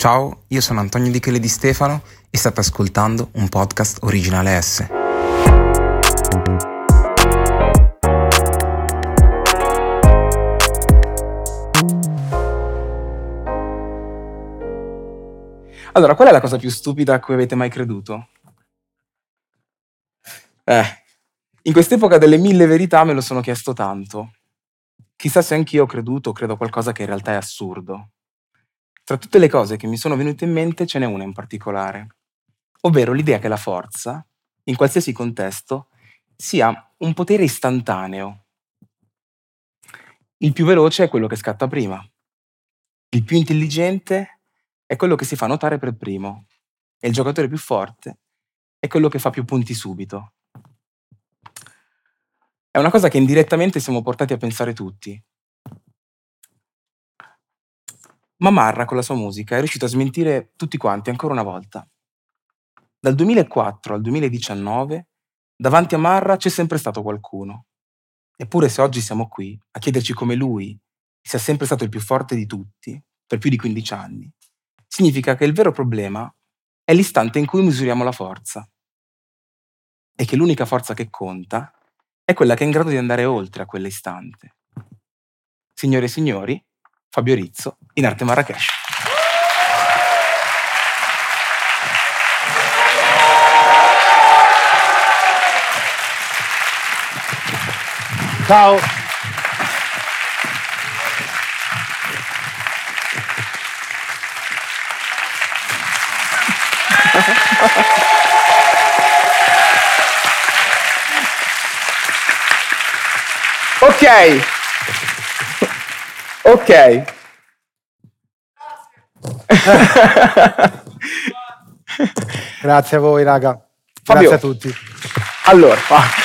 Ciao, io sono Antonio Di Chele Di Stefano e state ascoltando un podcast originale S. Allora, qual è la cosa più stupida a cui avete mai creduto? In quest'epoca delle 1000 verità me lo sono chiesto tanto. Chissà se anch'io ho creduto o credo a qualcosa che in realtà è assurdo. Tra tutte le cose che mi sono venute in mente ce n'è una in particolare, ovvero l'idea che la forza, in qualsiasi contesto, sia un potere istantaneo. Il più veloce è quello che scatta prima. Il più intelligente è quello che si fa notare per primo. E il giocatore più forte è quello che fa più punti subito. È una cosa che indirettamente siamo portati a pensare tutti. Ma Marra con la sua musica è riuscito a smentire tutti quanti ancora una volta. Dal 2004 al 2019, davanti a Marra c'è sempre stato qualcuno. Eppure se oggi siamo qui a chiederci come lui sia sempre stato il più forte di tutti, per più di 15 anni, significa che il vero problema è l'istante in cui misuriamo la forza. E che l'unica forza che conta è quella che è in grado di andare oltre a quell'istante. Signore e signori, Fabio Rizzo in arte Marrakesh. Ciao. Ok. Grazie a voi, raga. Fabio. Grazie a tutti. Allora,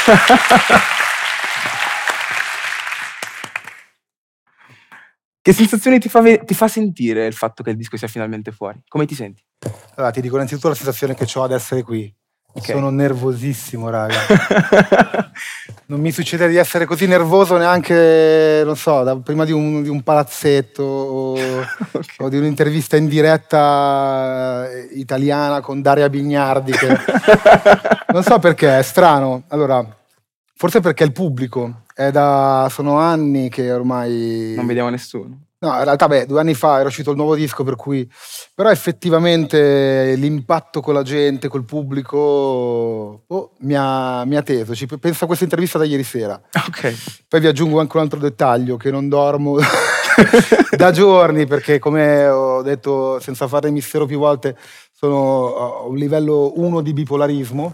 che sensazioni ti fa sentire il fatto che il disco sia finalmente fuori? Come ti senti? Allora, ti dico innanzitutto la sensazione che ho ad essere qui. Ok. Sono nervosissimo, raga. Non mi succede di essere così nervoso neanche, non so, prima di un palazzetto o di un'intervista in diretta italiana con Daria Bignardi. Non so perché, è strano. Allora, forse perché il pubblico sono anni che ormai Non vediamo nessuno. No, in realtà 2 anni fa era uscito il nuovo disco, per cui però effettivamente l'impatto con la gente, col pubblico mi ha teso. Penso a questa intervista da ieri sera. Ok. Poi vi aggiungo anche un altro dettaglio, che non dormo da giorni, perché come ho detto senza fare mistero più volte, sono a un livello 1 di bipolarismo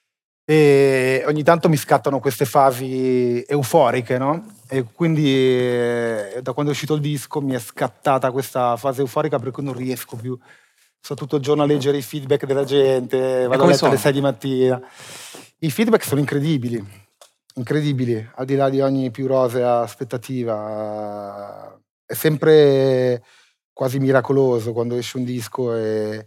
e ogni tanto mi scattano queste fasi euforiche, no? E quindi da quando è uscito il disco mi è scattata questa fase euforica, per cui non riesco più, sto tutto il giorno a leggere i feedback della gente, vado a come letto alle sono? 6 di mattina. I feedback sono incredibili, al di là di ogni più rosea aspettativa. È sempre quasi miracoloso quando esce un disco e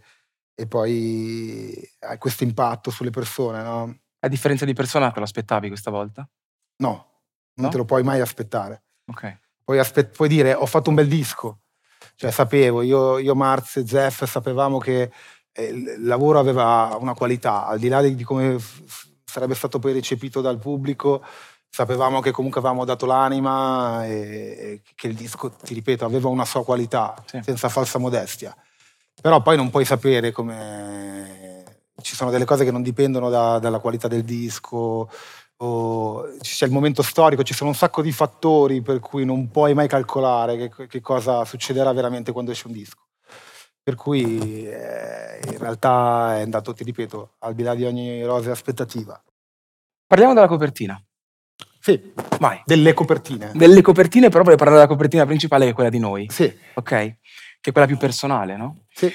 poi hai questo impatto sulle persone, no? A differenza di Persona, te lo aspettavi questa volta? No, non No? te lo puoi mai aspettare. Ok. Puoi dire ho fatto un bel disco, cioè sapevo, io Marz e Zeff sapevamo che il lavoro aveva una qualità, al di là di come sarebbe stato poi recepito dal pubblico, sapevamo che comunque avevamo dato l'anima e che il disco, ti ripeto, aveva una sua qualità, Sì. senza falsa modestia. Però poi non puoi sapere come... Ci sono delle cose che non dipendono dalla qualità del disco, o c'è il momento storico, ci sono un sacco di fattori per cui non puoi mai calcolare che cosa succederà veramente quando esce un disco. Per cui in realtà è andato, ti ripeto, al di là di ogni rosea aspettativa. Parliamo della copertina. Sì, Vai. delle copertine. Delle copertine, però voglio parlare della copertina principale, che è quella di noi. Sì, Ok? Che è quella più personale, no? sì.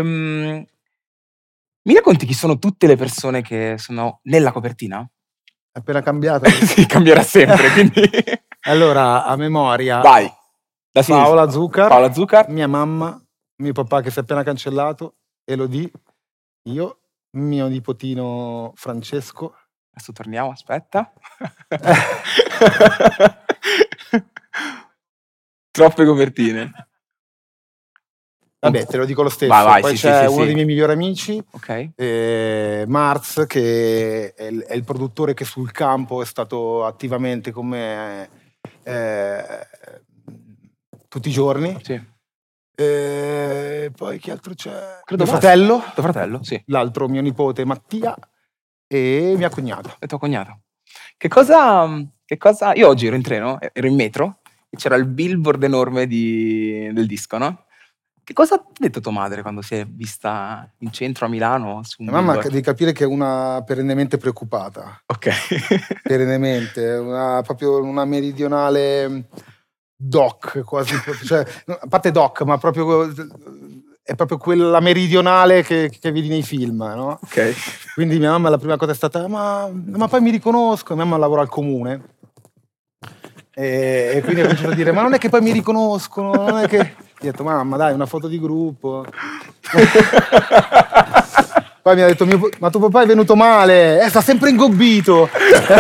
Mi racconti chi sono tutte le persone che sono nella copertina? È appena cambiata. Sì, cambierà sempre, quindi... Allora, a memoria, Vai. Da sinistra. Paola Zuccar, Mia mia mamma, mio papà che si è appena cancellato, Elodie, io, mio nipotino Francesco. Adesso torniamo, aspetta. Troppe copertine. Vabbè, te lo dico lo stesso. Vai, Poi sì, c'è sì, uno sì. dei miei migliori amici, Ok. Marz, che è il produttore che sul campo è stato attivamente con me tutti i giorni. Sì. Poi chi altro c'è? Credo Mio basta. fratello, Tuo fratello, sì. l'altro mio nipote Mattia e mia cognata. E tua cognata. Che cosa... Io oggi ero in treno, ero in metro, e c'era il billboard enorme del disco, no? Che cosa ha detto tua madre quando si è vista in centro a Milano su un Mia mamma billboard? devi capire che è una perennemente preoccupata. Ok. Perennemente, proprio una meridionale doc, quasi, cioè, a parte doc, ma proprio è proprio quella meridionale che vedi nei film, no? Ok. Quindi mia mamma la prima cosa è stata, ma poi mi riconosco, mia mamma lavora al comune, e quindi ha cominciato a dire, ma non è che poi mi riconoscono, non è che... Ho detto, mamma dai, una foto di gruppo. Poi mi ha detto, ma tuo papà è venuto male, sta sempre ingobbito.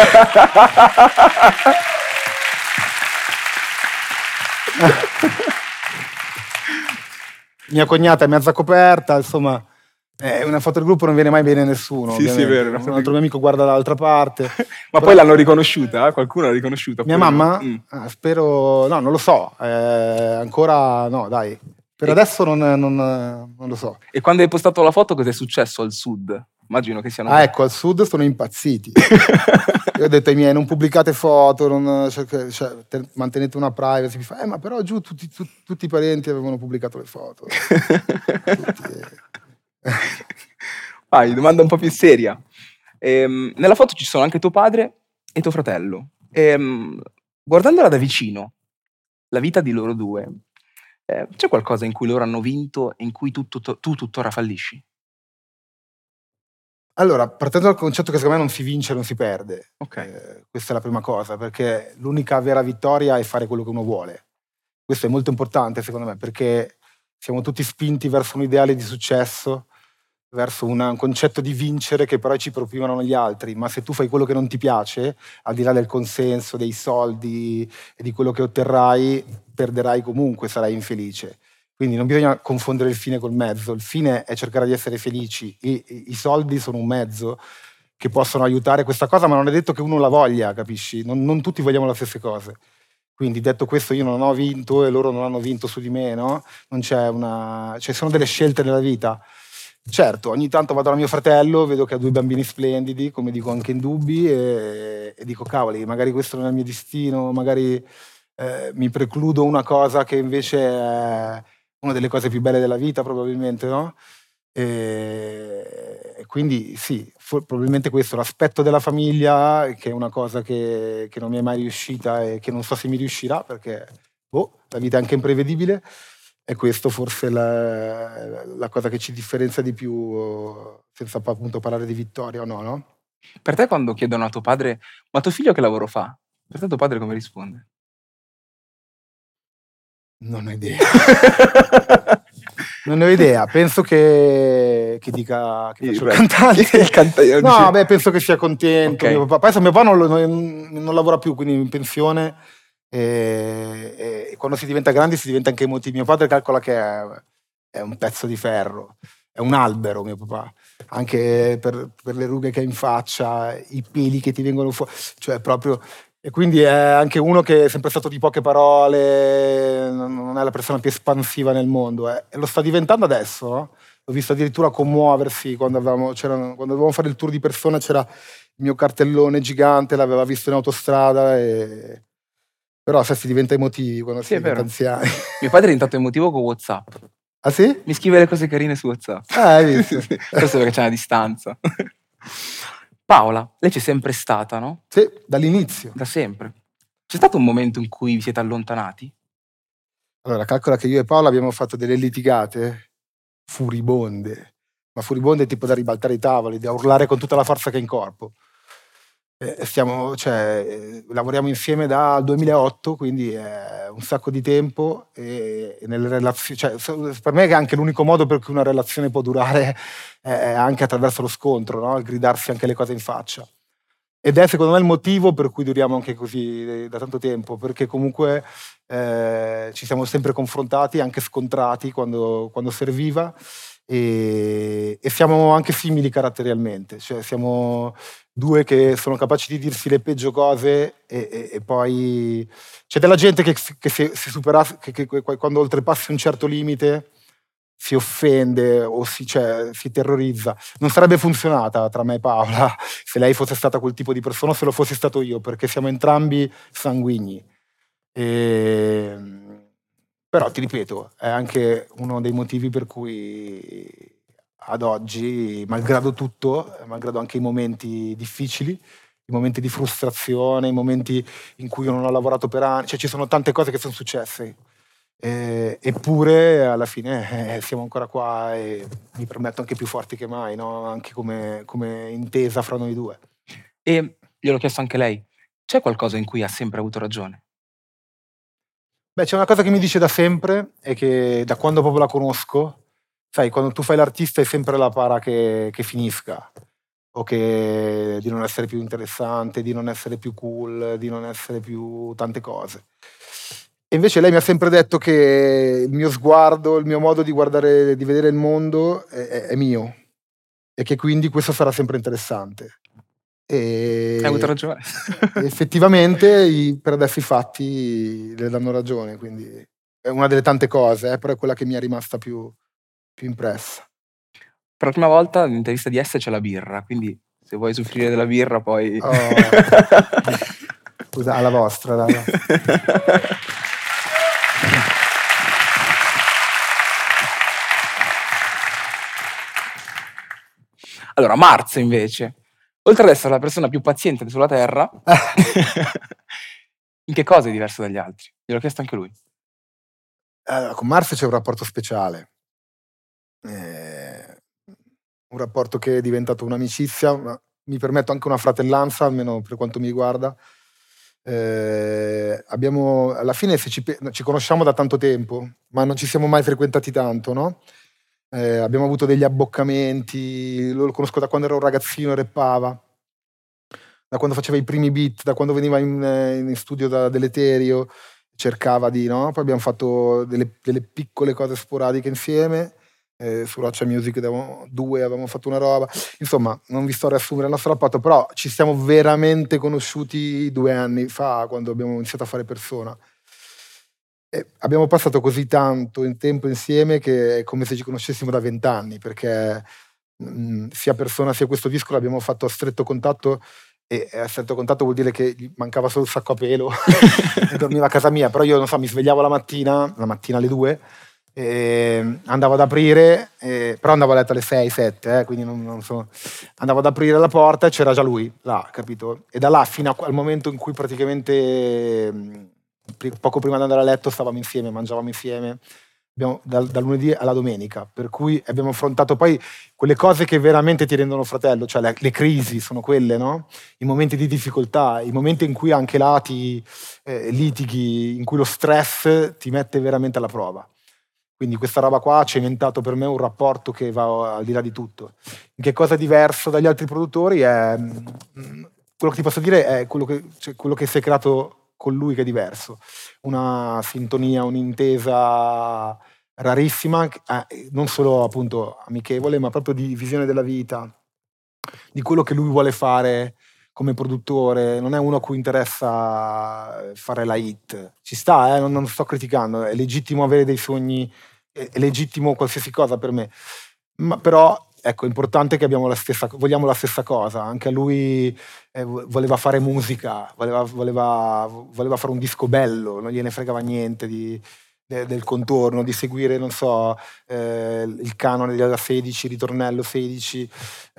Mia cognata è mezza coperta, insomma, una foto del gruppo non viene mai bene a nessuno. Sì, sì, è vero. Un altro mio amico guarda dall'altra parte. Ma poi l'hanno riconosciuta? Qualcuno l'ha riconosciuta? Mia oppure no? mamma? Spero, no, non lo so, ancora no, dai. Per adesso non lo so. E quando hai postato la foto, cosa è successo al sud? Immagino che siano... Ecco, al sud sono impazziti. Io ho detto ai miei, non pubblicate foto, mantenete una privacy. Mi fa, ma però giù tutti i parenti avevano pubblicato le foto. Vai, domanda un po' più seria. Nella foto ci sono anche tuo padre e tuo fratello. Guardandola da vicino, la vita di loro due, c'è qualcosa in cui loro hanno vinto e in cui tu tuttora fallisci? Allora, partendo dal concetto che secondo me non si vince, non si perde. Ok. Questa è la prima cosa, perché l'unica vera vittoria è fare quello che uno vuole. Questo è molto importante secondo me, perché siamo tutti spinti verso un ideale di successo, verso un concetto di vincere che però ci propinano gli altri, ma se tu fai quello che non ti piace, al di là del consenso, dei soldi e di quello che otterrai, perderai comunque, sarai infelice. Quindi non bisogna confondere il fine col mezzo, il fine è cercare di essere felici, i soldi sono un mezzo che possono aiutare questa cosa, ma non è detto che uno la voglia, capisci? Non tutti vogliamo le stesse cose. Quindi detto questo io non ho vinto e loro non hanno vinto su di me, no? Non c'è cioè sono delle scelte nella vita. Certo, ogni tanto vado da mio fratello, vedo che ha 2 bambini splendidi, come dico anche in Dubbi, e dico, cavoli, magari questo non è il mio destino, magari mi precludo una cosa che invece è una delle cose più belle della vita, probabilmente, no? E quindi sì, probabilmente questo, l'aspetto della famiglia, che è una cosa che non mi è mai riuscita e che non so se mi riuscirà, perché la vita è anche imprevedibile. E questo forse è la cosa che ci differenzia di più, senza appunto parlare di vittoria o no? Per te quando chiedono a tuo padre, ma tuo figlio che lavoro fa? Per te tuo padre come risponde? Non ho idea. Non ne ho idea, penso che dica che faccio il cantante. No, beh, penso che sia contento. Ok. Mio papà. Penso mio papà non lavora più, quindi in pensione. E quando si diventa grandi si diventa anche emotivi. Mio padre calcola che è un pezzo di ferro, è un albero mio papà, anche per le rughe che ha in faccia, i peli che ti vengono fuori, cioè proprio... E quindi è anche uno che è sempre stato di poche parole, non è la persona più espansiva nel mondo, e lo sta diventando adesso, no? L'ho visto addirittura commuoversi quando dovevamo fare il tour di persona, c'era il mio cartellone gigante, l'aveva visto in autostrada, però se si diventa emotivi quando si diventa anziani. Mio padre è diventato emotivo con WhatsApp. Ah sì? Mi scrive le cose carine su WhatsApp. Hai visto? Questo perché c'è una distanza. Paola, lei c'è sempre stata, no? Sì, dall'inizio. Da sempre. C'è stato un momento in cui vi siete allontanati? Allora, calcola che io e Paola abbiamo fatto delle litigate furibonde, ma furibonde tipo da ribaltare i tavoli, da urlare con tutta la forza che hai in corpo. Lavoriamo insieme dal 2008, quindi è un sacco di tempo, e nelle relazioni, per me è anche l'unico modo per cui una relazione può durare è anche attraverso lo scontro, no? Il gridarsi anche le cose in faccia. ed è secondo me il motivo per cui duriamo anche così da tanto tempo, perché comunque ci siamo sempre confrontati, anche scontrati quando serviva, e siamo anche simili caratterialmente, cioè siamo due che sono capaci di dirsi le peggio cose e poi c'è della gente che si supera, che quando oltrepassi un certo limite si offende o si terrorizza. Non sarebbe funzionata tra me e Paola se lei fosse stata quel tipo di persona o se lo fossi stato io, perché siamo entrambi sanguigni. Però ti ripeto, è anche uno dei motivi per cui ad oggi, malgrado tutto, malgrado anche i momenti difficili, i momenti di frustrazione, i momenti in cui io non ho lavorato per anni, cioè ci sono tante cose che sono successe. Eppure alla fine siamo ancora qua e mi permetto anche più forti che mai, no? Anche come intesa fra noi due. E gliel'ho chiesto anche lei, c'è qualcosa in cui ha sempre avuto ragione? Beh, c'è una cosa che mi dice da sempre e che da quando proprio la conosco, sai, quando tu fai l'artista è sempre la para che finisca, o che di non essere più interessante, di non essere più cool, di non essere più tante cose. E invece lei mi ha sempre detto che il mio sguardo, il mio modo di guardare, di vedere il mondo è mio e che quindi questo sarà sempre interessante. Hai avuto E ragione. effettivamente per adesso i fatti le danno ragione, quindi è una delle tante cose, però è quella che mi è rimasta più impressa. Per la prima volta all'intervista di S c'è la birra, quindi se vuoi soffrire della birra poi... Oh. Scusa, alla vostra, dai. Allora, Marz invece, oltre ad essere la persona più paziente sulla Terra, in che cosa è diverso dagli altri? Gliel'ho chiesto anche lui. Con Mars c'è un rapporto speciale, un rapporto che è diventato un'amicizia, ma mi permetto anche una fratellanza, almeno per quanto mi riguarda. Abbiamo, alla fine ci conosciamo da tanto tempo, ma non ci siamo mai frequentati tanto, no? Abbiamo avuto degli abboccamenti, lo conosco da quando ero un ragazzino, rappava, da quando faceva i primi beat, da quando veniva in studio da Deleterio, cercava di, no? Poi abbiamo fatto delle piccole cose sporadiche insieme, su Roccia Music avevamo fatto una roba, insomma non vi sto a riassumere il nostro rapporto, però ci siamo veramente conosciuti 2 anni fa quando abbiamo iniziato a fare Persona. Abbiamo passato così tanto in tempo insieme che è come se ci conoscessimo da 20 anni, perché sia Persona sia questo disco l'abbiamo fatto a stretto contatto, e a stretto contatto vuol dire che gli mancava solo il sacco a pelo e dormiva a casa mia, però io non so, mi svegliavo la mattina alle 2, andavo ad aprire, però andavo a letto alle 6, 7, quindi non so, andavo ad aprire la porta e c'era già lui là, capito? E da là fino al momento in cui praticamente poco prima di andare a letto stavamo insieme, mangiavamo insieme, dal lunedì alla domenica, per cui abbiamo affrontato poi quelle cose che veramente ti rendono fratello, cioè le crisi sono quelle, no? I momenti di difficoltà, i momenti in cui anche là litighi, in cui lo stress ti mette veramente alla prova. Quindi questa roba qua ha cementato per me un rapporto che va al di là di tutto. In che cosa è diverso dagli altri produttori è quello che ti posso dire è quello che si è creato con lui che è diverso. Una sintonia, un'intesa rarissima, non solo appunto amichevole, ma proprio di visione della vita, di quello che lui vuole fare come produttore. Non è uno a cui interessa fare la hit. Ci sta, non sto criticando, è legittimo avere dei sogni, è legittimo qualsiasi cosa per me. Ma però ecco, è importante che vogliamo la stessa cosa. Anche a lui voleva fare musica, voleva fare un disco bello, non gliene fregava niente del contorno, di seguire, non so, il canone della 16, ritornello 16.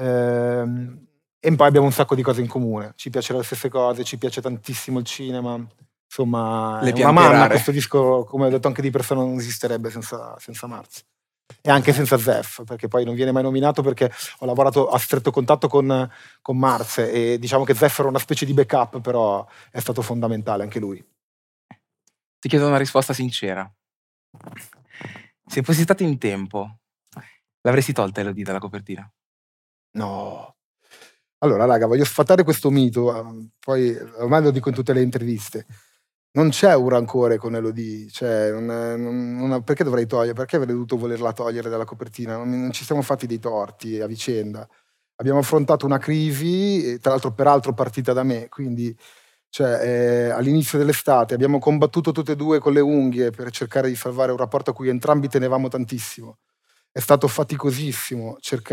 E poi abbiamo un sacco di cose in comune. Ci piacciono le stesse cose, ci piace tantissimo il cinema. Insomma, Le è una piante manna rare. questo disco, come ho detto anche di persona, non esisterebbe senza Marz. E anche senza Zef, perché poi non viene mai nominato perché ho lavorato a stretto contatto con Marz e diciamo che Zef era una specie di backup, però è stato fondamentale anche lui. Ti chiedo una risposta sincera. Se fossi stato in tempo, l'avresti tolta Elodie dalla copertina? No. Allora, raga, voglio sfatare questo mito, poi ormai lo dico in tutte le interviste. Non c'è un rancore con Elodie, cioè, perché dovrei togliere? Perché avrei dovuto volerla togliere dalla copertina? Non ci siamo fatti dei torti a vicenda. Abbiamo affrontato una crisi, tra l'altro peraltro partita da me, quindi cioè, all'inizio dell'estate abbiamo combattuto tutte e due con le unghie per cercare di salvare un rapporto a cui entrambi tenevamo tantissimo. È stato faticosissimo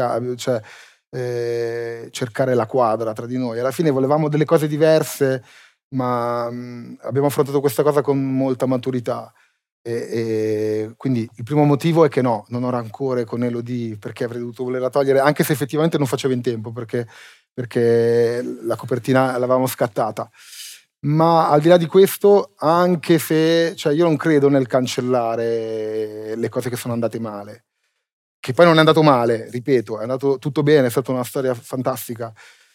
cercare la quadra tra di noi. Alla fine volevamo delle cose diverse, ma abbiamo affrontato questa cosa con molta maturità. E quindi il primo motivo è che no, non ho rancore con Elodie perché avrei dovuto volerla togliere, anche se effettivamente non facevo in tempo perché la copertina l'avevamo scattata. Ma al di là di questo, anche se cioè io non credo nel cancellare le cose che sono andate male, che poi non è andato male, ripeto, è andato tutto bene, è stata una storia fantastica.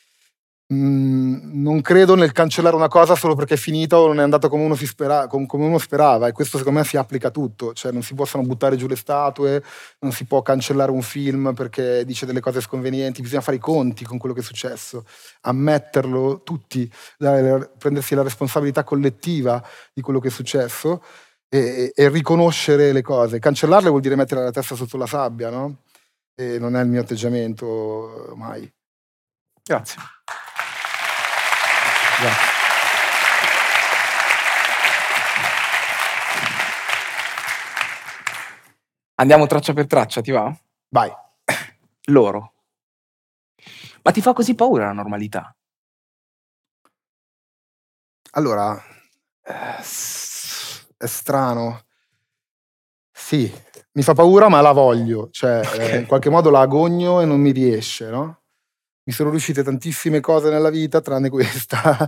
Non credo nel cancellare una cosa solo perché è finita o non è andata come come uno sperava, e questo secondo me si applica a tutto, cioè non si possono buttare giù le statue, non si può cancellare un film perché dice delle cose sconvenienti, bisogna fare i conti con quello che è successo, ammetterlo tutti, prendersi la responsabilità collettiva di quello che è successo e riconoscere le cose. Cancellarle vuol dire mettere la testa sotto la sabbia, no? E non è il mio atteggiamento mai. Grazie. Grazie. Andiamo traccia per traccia, ti va? Vai. Loro. Ma ti fa così paura la normalità? Allora, è strano. Sì, mi fa paura, ma la voglio. Cioè, in qualche modo la agogno e non mi riesce, no? Mi sono riuscite tantissime cose nella vita, tranne questa.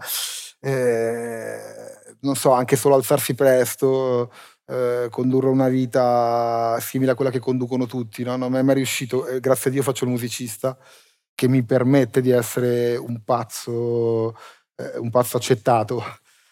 Non so, anche solo alzarsi presto, condurre una vita simile a quella che conducono tutti, no? Non mi è mai riuscito. Grazie a Dio faccio il musicista, che mi permette di essere un pazzo accettato.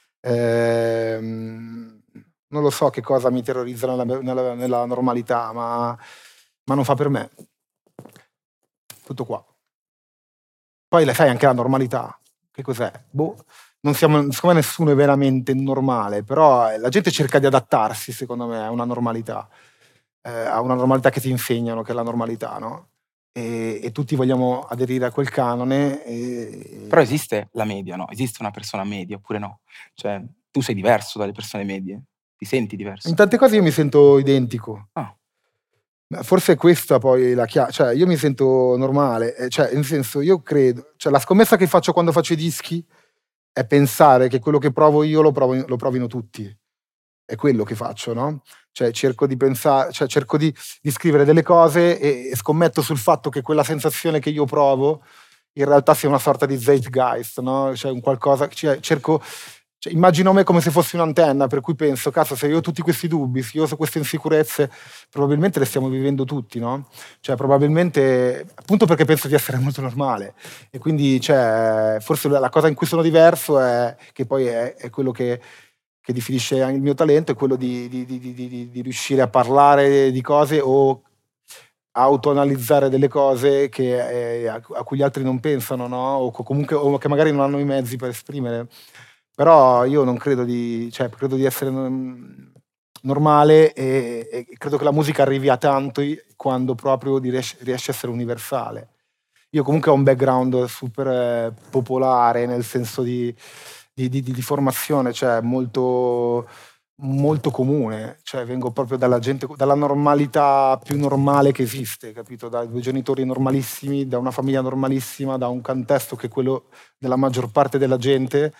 Non lo so che cosa mi terrorizza nella normalità, ma non fa per me. Tutto qua. Poi le sai anche la normalità. Che cos'è? Boh. Secondo me nessuno è veramente normale, però la gente cerca di adattarsi, secondo me, a una normalità che ti insegnano, che è la normalità, no? E tutti vogliamo aderire a quel canone. Però esiste la media, no? Esiste una persona media oppure no? Cioè, tu sei diverso dalle persone medie? Ti senti diverso? In tante cose io mi sento identico. Ah. Forse è questa poi la chiave, cioè io mi sento normale, cioè nel senso io credo, cioè la scommessa che faccio quando faccio i dischi è pensare che quello che provo io lo provino tutti. È quello che faccio, no? Cioè cerco di pensare, cioè cerco di scrivere delle cose e scommetto sul fatto che quella sensazione che io provo in realtà sia una sorta di zeitgeist, no? Cioè un qualcosa, immagino me come se fossi un'antenna, per cui penso, cazzo, se io ho tutti questi dubbi, se io ho queste insicurezze, probabilmente le stiamo vivendo tutti, no? Cioè probabilmente, appunto perché penso di essere molto normale. E quindi, cioè, forse la cosa in cui sono diverso è che poi è quello che definisce il mio talento, è quello di riuscire a parlare di cose o autoanalizzare delle cose a cui gli altri non pensano, no? O comunque o che magari non hanno i mezzi per esprimere. Però io non credo credo di essere normale e credo che la musica arrivi a tanti quando proprio riesce a essere universale. Io comunque ho un background super popolare, nel senso di formazione, cioè molto, molto comune, cioè vengo proprio dalla normalità più normale che esiste, capito? Da due genitori normalissimi, da una famiglia normalissima, da un contesto che è quello della maggior parte della gente,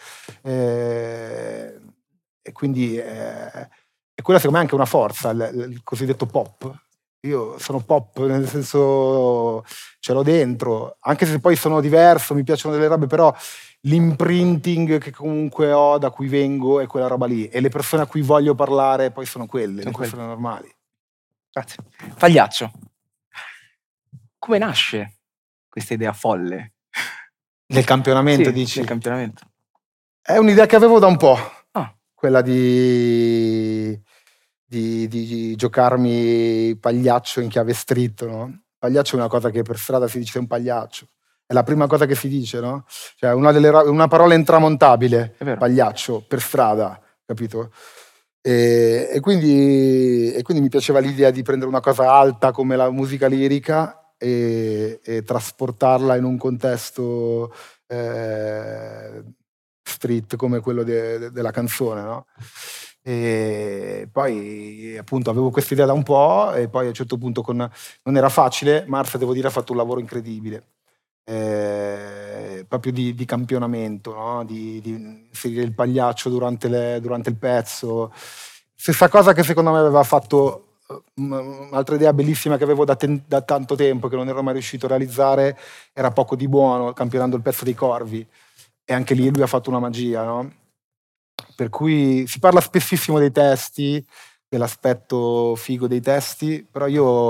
e quindi e quella secondo me è anche una forza, il cosiddetto pop. Io sono pop, nel senso ce l'ho dentro, anche se poi sono diverso, mi piacciono delle robe, però l'imprinting che comunque ho, da cui vengo, è quella roba lì, e le persone a cui voglio parlare poi sono quelle, le persone normali. Grazie. Pagliaccio, come nasce questa idea folle? Nel campionamento, Sì, dici? nel campionamento. È un'idea che avevo da un po', Ah. quella di giocarmi pagliaccio in chiave street, no? Pagliaccio è una cosa che per strada si dice un pagliaccio. è la prima cosa che si dice, no? Cioè una parola intramontabile, È vero. pagliaccio, per strada, capito? E quindi mi piaceva l'idea di prendere una cosa alta come la musica lirica e trasportarla in un contesto street come quello della canzone, no? E poi appunto avevo questa idea da un po' e poi a un certo punto non era facile. Marza, devo dire, ha fatto un lavoro incredibile, proprio di campionamento, no? Di inserire il pagliaccio durante il pezzo. Stessa cosa che secondo me aveva fatto un'altra idea bellissima che avevo da tanto tempo che non ero mai riuscito a realizzare, era Poco di buono, campionando il pezzo dei Corvi, e anche lì lui ha fatto una magia, no? Per cui si parla spessissimo dei testi, dell'aspetto figo dei testi, però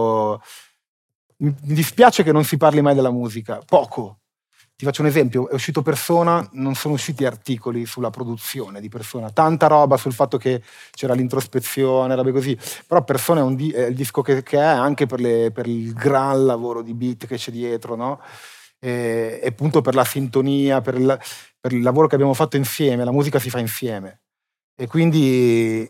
mi dispiace che non si parli mai della musica, poco. Ti faccio un esempio, è uscito Persona, non sono usciti articoli sulla produzione di Persona, tanta roba sul fatto che c'era l'introspezione, robe così, però Persona è il disco che è anche per il gran lavoro di beat che c'è dietro, no? E appunto per la sintonia, per il lavoro che abbiamo fatto insieme, la musica si fa insieme. E quindi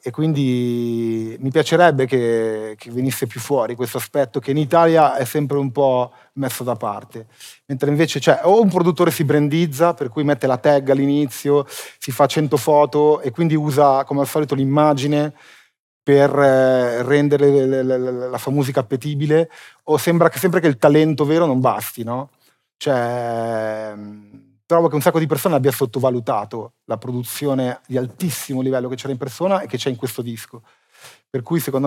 mi piacerebbe che venisse più fuori questo aspetto che in Italia è sempre un po' messo da parte. Mentre invece o un produttore si brandizza, per cui mette la tag all'inizio, si fa 100 foto e quindi usa come al solito l'immagine per rendere la sua musica appetibile, o sembra che sempre che il talento vero non basti, no? Cioè, trovo che un sacco di persone abbia sottovalutato la produzione di altissimo livello che c'era in Persona e che c'è in questo disco. Per cui secondo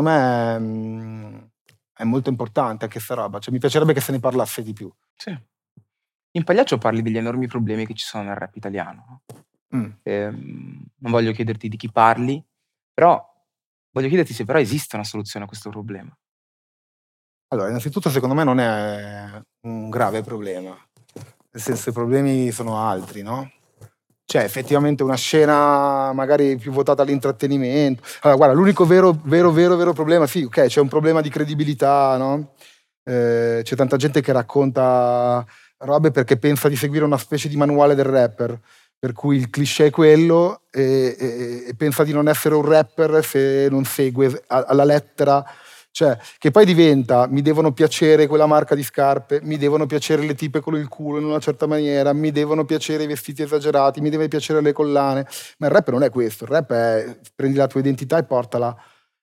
me è molto importante anche sta roba. Cioè, mi piacerebbe che se ne parlasse di più. Sì. In Pagliaccio parli degli enormi problemi che ci sono nel rap italiano. Non voglio chiederti di chi parli, però voglio chiederti se però esiste una soluzione a questo problema. Allora, innanzitutto secondo me non è un grave problema. Nel senso, i problemi sono altri, no? C'è effettivamente una scena magari più votata all'intrattenimento. Allora, guarda, l'unico vero problema, sì, ok, c'è un problema di credibilità, no? C'è tanta gente che racconta robe perché pensa di seguire una specie di manuale del rapper, per cui il cliché è quello e pensa di non essere un rapper se non segue alla lettera. Cioè, che poi diventa, mi devono piacere quella marca di scarpe, mi devono piacere le tipe con il culo in una certa maniera, mi devono piacere i vestiti esagerati, mi deve piacere le collane. Ma il rap non è questo, il rap è prendi la tua identità e portala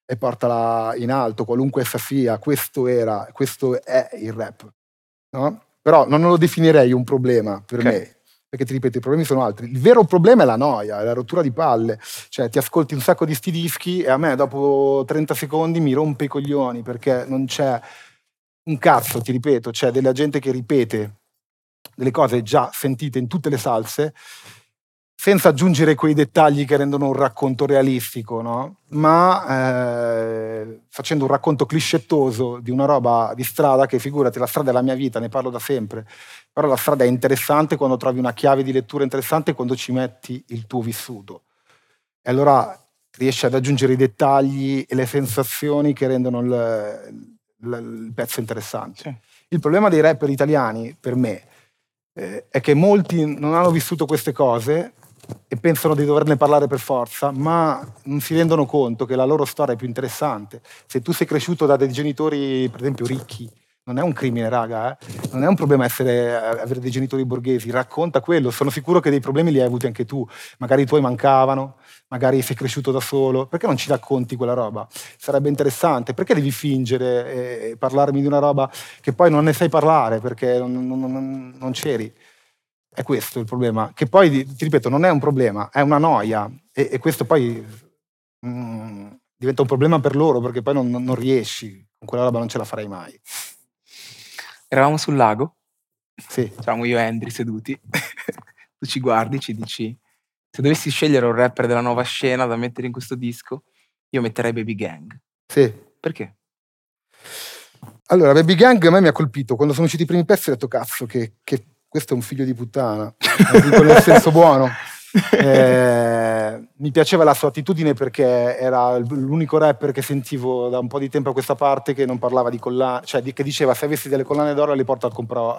in alto, qualunque essa sia. Questo è il rap, no? Però non lo definirei un problema per me, perché ti ripeto, i problemi sono altri. Il vero problema è la noia, è la rottura di palle. Cioè, ti ascolti un sacco di sti dischi e a me dopo 30 secondi mi rompe i coglioni, perché non c'è un cazzo, ti ripeto, c'è della gente che ripete delle cose già sentite in tutte le salse, senza aggiungere quei dettagli che rendono un racconto realistico, no? Ma facendo un racconto cliscettoso di una roba di strada che, figurati, la strada è la mia vita, ne parlo da sempre, però la strada è interessante quando trovi una chiave di lettura interessante, quando ci metti il tuo vissuto. E allora riesci ad aggiungere i dettagli e le sensazioni che rendono il pezzo interessante. Sì. Il problema dei rapper italiani, per me, è che molti non hanno vissuto queste cose e pensano di doverne parlare per forza, ma non si rendono conto che la loro storia è più interessante. Se tu sei cresciuto da dei genitori, per esempio, ricchi, non è un crimine, raga, non è un problema avere dei genitori borghesi, racconta quello. Sono sicuro che dei problemi li hai avuti anche tu, magari i tuoi mancavano, magari sei cresciuto da solo. Perché non ci racconti quella roba? Sarebbe interessante. Perché devi fingere e parlarmi di una roba che poi non ne sai parlare perché non c'eri? È questo il problema, che poi, ti ripeto, non è un problema, è una noia, e questo poi diventa un problema per loro, perché poi non riesci, con quella roba non ce la farai mai. Eravamo sul lago, Sì. eravamo io e Andri seduti, tu ci guardi, ci dici, se dovessi scegliere un rapper della nuova scena da mettere in questo disco, io metterei Baby Gang. Sì. Perché? Allora, Baby Gang a me mi ha colpito, quando sono usciti i primi pezzi ho detto, cazzo, che questo è un figlio di puttana, dico nel senso buono. Mi piaceva la sua attitudine perché era l'unico rapper che sentivo da un po' di tempo a questa parte che non parlava di collane, cioè che diceva se avessi delle collane d'oro le porto al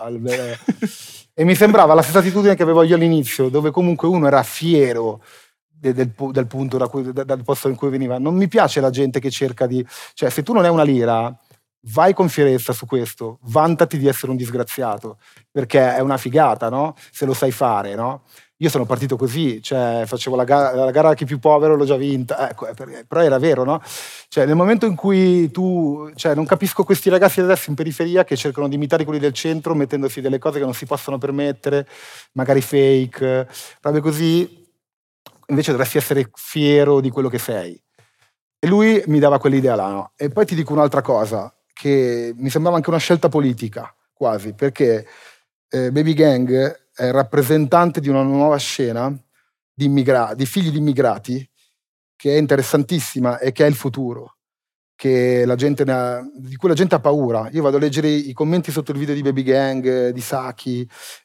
e mi sembrava la stessa attitudine che avevo io all'inizio, dove comunque uno era fiero del punto dal posto in cui veniva. Non mi piace la gente che cerca di... Cioè, se tu non hai una lira, vai con fierezza su questo, vantati di essere un disgraziato, perché è una figata, no? Se lo sai fare, no? Io sono partito così, cioè facevo la gara a chi più povero, l'ho già vinta, ecco, però era vero, no? Cioè nel momento in cui tu, cioè non capisco questi ragazzi adesso in periferia che cercano di imitare quelli del centro mettendosi delle cose che non si possono permettere, magari fake, robe così, invece dovresti essere fiero di quello che sei. E lui mi dava quell'idea là, no? E poi ti dico un'altra cosa, che mi sembrava anche una scelta politica, quasi, perché Baby Gang è il rappresentante di una nuova scena di figli di immigrati che è interessantissima e che è il futuro, che di cui la gente ha paura. Io vado a leggere i commenti sotto il video di Baby Gang, di Saki,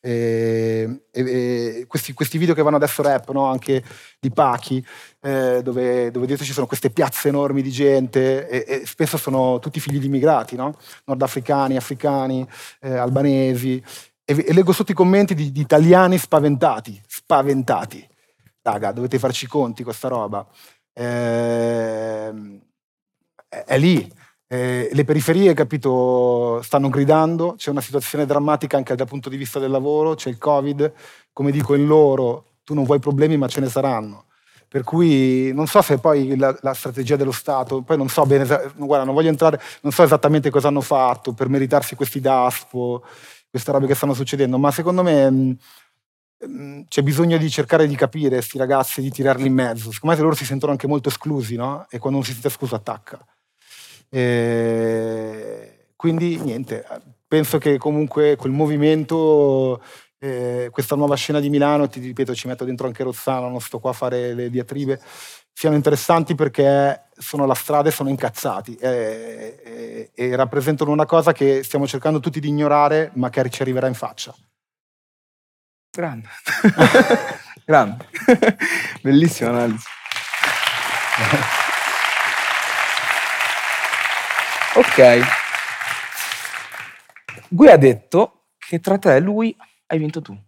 questi video che vanno adesso rap, no? Anche di Pachi, dove dietro ci sono queste piazze enormi di gente e spesso sono tutti figli di immigrati, no? Nordafricani, africani, albanesi. E leggo sotto i commenti di italiani spaventati. Raga, dovete farci i conti con sta roba. È lì. Le periferie, capito, stanno gridando, c'è una situazione drammatica anche dal punto di vista del lavoro, c'è il Covid, come dico in loro, tu non vuoi problemi ma ce ne saranno. Per cui non so se poi la strategia dello Stato, poi non so bene, guarda, non voglio entrare, non so esattamente cosa hanno fatto per meritarsi questi DASPO, queste robe che stanno succedendo, ma secondo me c'è bisogno di cercare di capire questi ragazzi, di tirarli in mezzo. Secondo me loro si sentono anche molto esclusi, no? E quando non si sente escluso attacca. Quindi niente, penso che comunque quel movimento, questa nuova scena di Milano, ti ripeto, ci metto dentro anche Rozzano, non sto qua a fare le diatribe, siano interessanti perché sono la strada e sono incazzati e rappresentano una cosa che stiamo cercando tutti di ignorare ma che ci arriverà in faccia. Grande. Grande. Bellissima analisi. Ok. Gue ha detto che tra te e lui hai vinto tu.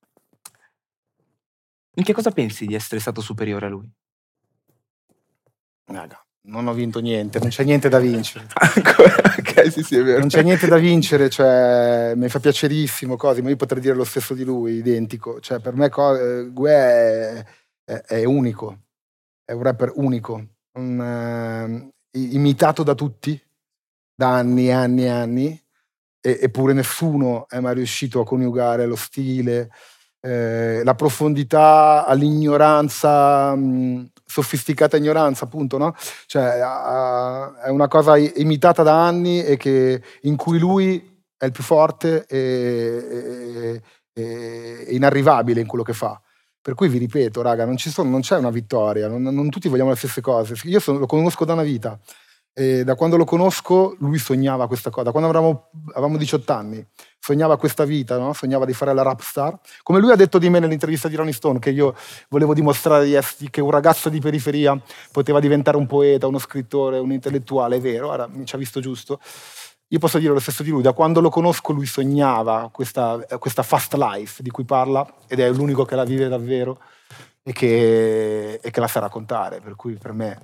In che cosa pensi di essere stato superiore a lui? Raga, non ho vinto niente, non c'è niente da vincere. Ancora? Ok, sì, è vero. Non c'è niente da vincere, cioè mi fa piacerissimo così, ma io potrei dire lo stesso di lui, identico. Cioè per me Gue è unico, è un rapper unico, imitato da tutti, da anni e anni e anni, eppure nessuno è mai riuscito a coniugare lo stile, la profondità all'ignoranza, sofisticata ignoranza, appunto, no? Cioè è una cosa imitata da anni e in cui lui è il più forte e inarrivabile in quello che fa. Per cui vi ripeto, raga, non c'è una vittoria, non tutti vogliamo le stesse cose. Io lo conosco da una vita. E da quando lo conosco, lui sognava questa cosa. Da quando avevamo 18 anni, sognava questa vita, no? Sognava di fare la rap star. Come lui ha detto di me nell'intervista di Rolling Stone, che io volevo dimostrare che un ragazzo di periferia poteva diventare un poeta, uno scrittore, un intellettuale, è vero, ora mi ci ha visto giusto. Io posso dire lo stesso di lui, da quando lo conosco lui sognava questa fast life di cui parla, ed è l'unico che la vive davvero e che la sa raccontare, per cui per me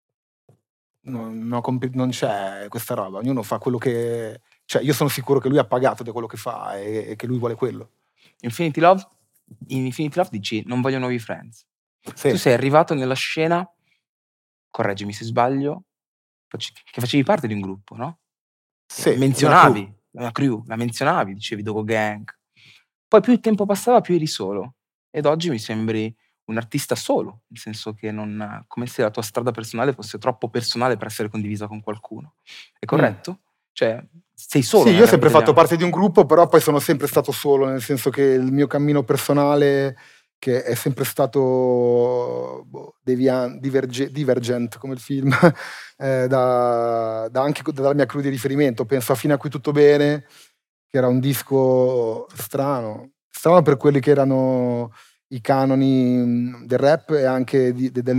non c'è questa roba, ognuno fa quello che... Cioè io sono sicuro che lui ha pagato di quello che fa e che lui vuole quello. In Infinity Love dici non voglio nuovi friends. Sì. Tu sei arrivato nella scena, correggimi se sbaglio, che facevi parte di un gruppo, no? Sì, menzionavi la crew, la menzionavi, dicevi Dogo Gang. Poi più il tempo passava più eri solo ed oggi mi sembri un artista solo, nel senso che non, come se la tua strada personale fosse troppo personale per essere condivisa con qualcuno. È corretto? Cioè, sei solo. Sì, io ho sempre fatto parte di un gruppo, però poi sono sempre stato solo, nel senso che il mio cammino personale, che è sempre stato divergent, come il film, anche dalla mia crew di riferimento. Penso a Fino a qui tutto bene, che era un disco strano per quelli che erano i canoni del rap e anche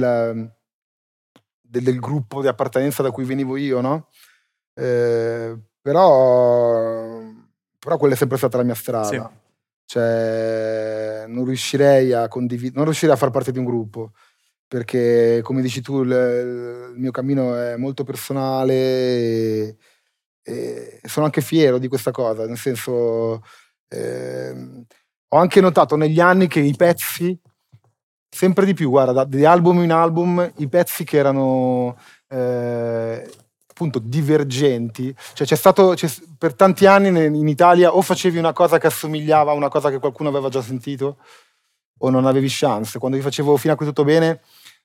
del gruppo di appartenenza da cui venivo io, no? Però quella è sempre stata la mia strada. Sì. Cioè, non riuscirei a far parte di un gruppo, perché come dici tu il mio cammino è molto personale e sono anche fiero di questa cosa, nel senso ho anche notato negli anni che i pezzi sempre di più, guarda, di album in album, i pezzi che erano appunto divergenti, cioè per tanti anni in Italia o facevi una cosa che assomigliava a una cosa che qualcuno aveva già sentito o non avevi chance. Quando io facevo Fino a qui tutto bene,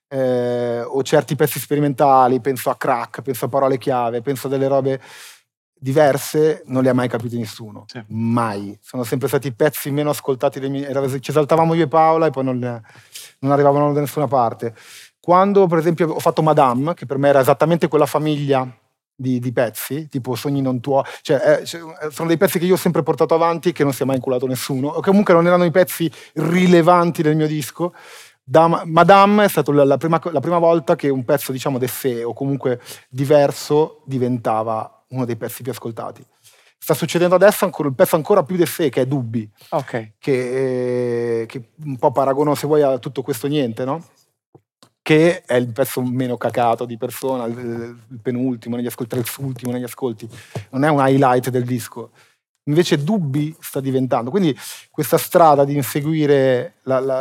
o certi pezzi sperimentali, penso a Crack, penso a Parole chiave, penso a delle robe diverse, non le ha mai capite nessuno. Sì. Mai. Sono sempre stati i pezzi meno ascoltati ci esaltavamo io e Paola e poi non arrivavano da nessuna parte. Quando per esempio ho fatto Madame, che per me era esattamente quella famiglia di pezzi, tipo Sogni non tuoi, sono dei pezzi che io ho sempre portato avanti e che non si è mai inculato nessuno, o comunque non erano i pezzi rilevanti del mio disco. Madame è stata la prima volta che un pezzo, diciamo, d'essè o comunque diverso diventava uno dei pezzi più ascoltati. Sta succedendo adesso il pezzo ancora più d'essè, che è Dubbi, che un po' paragono, se vuoi, a Tutto questo niente, no? Che è il pezzo meno cacato di Persona, il penultimo negli ascolti, l'ultimo negli ascolti, non è un highlight del disco. Invece Dubbi sta diventando, quindi questa strada di inseguire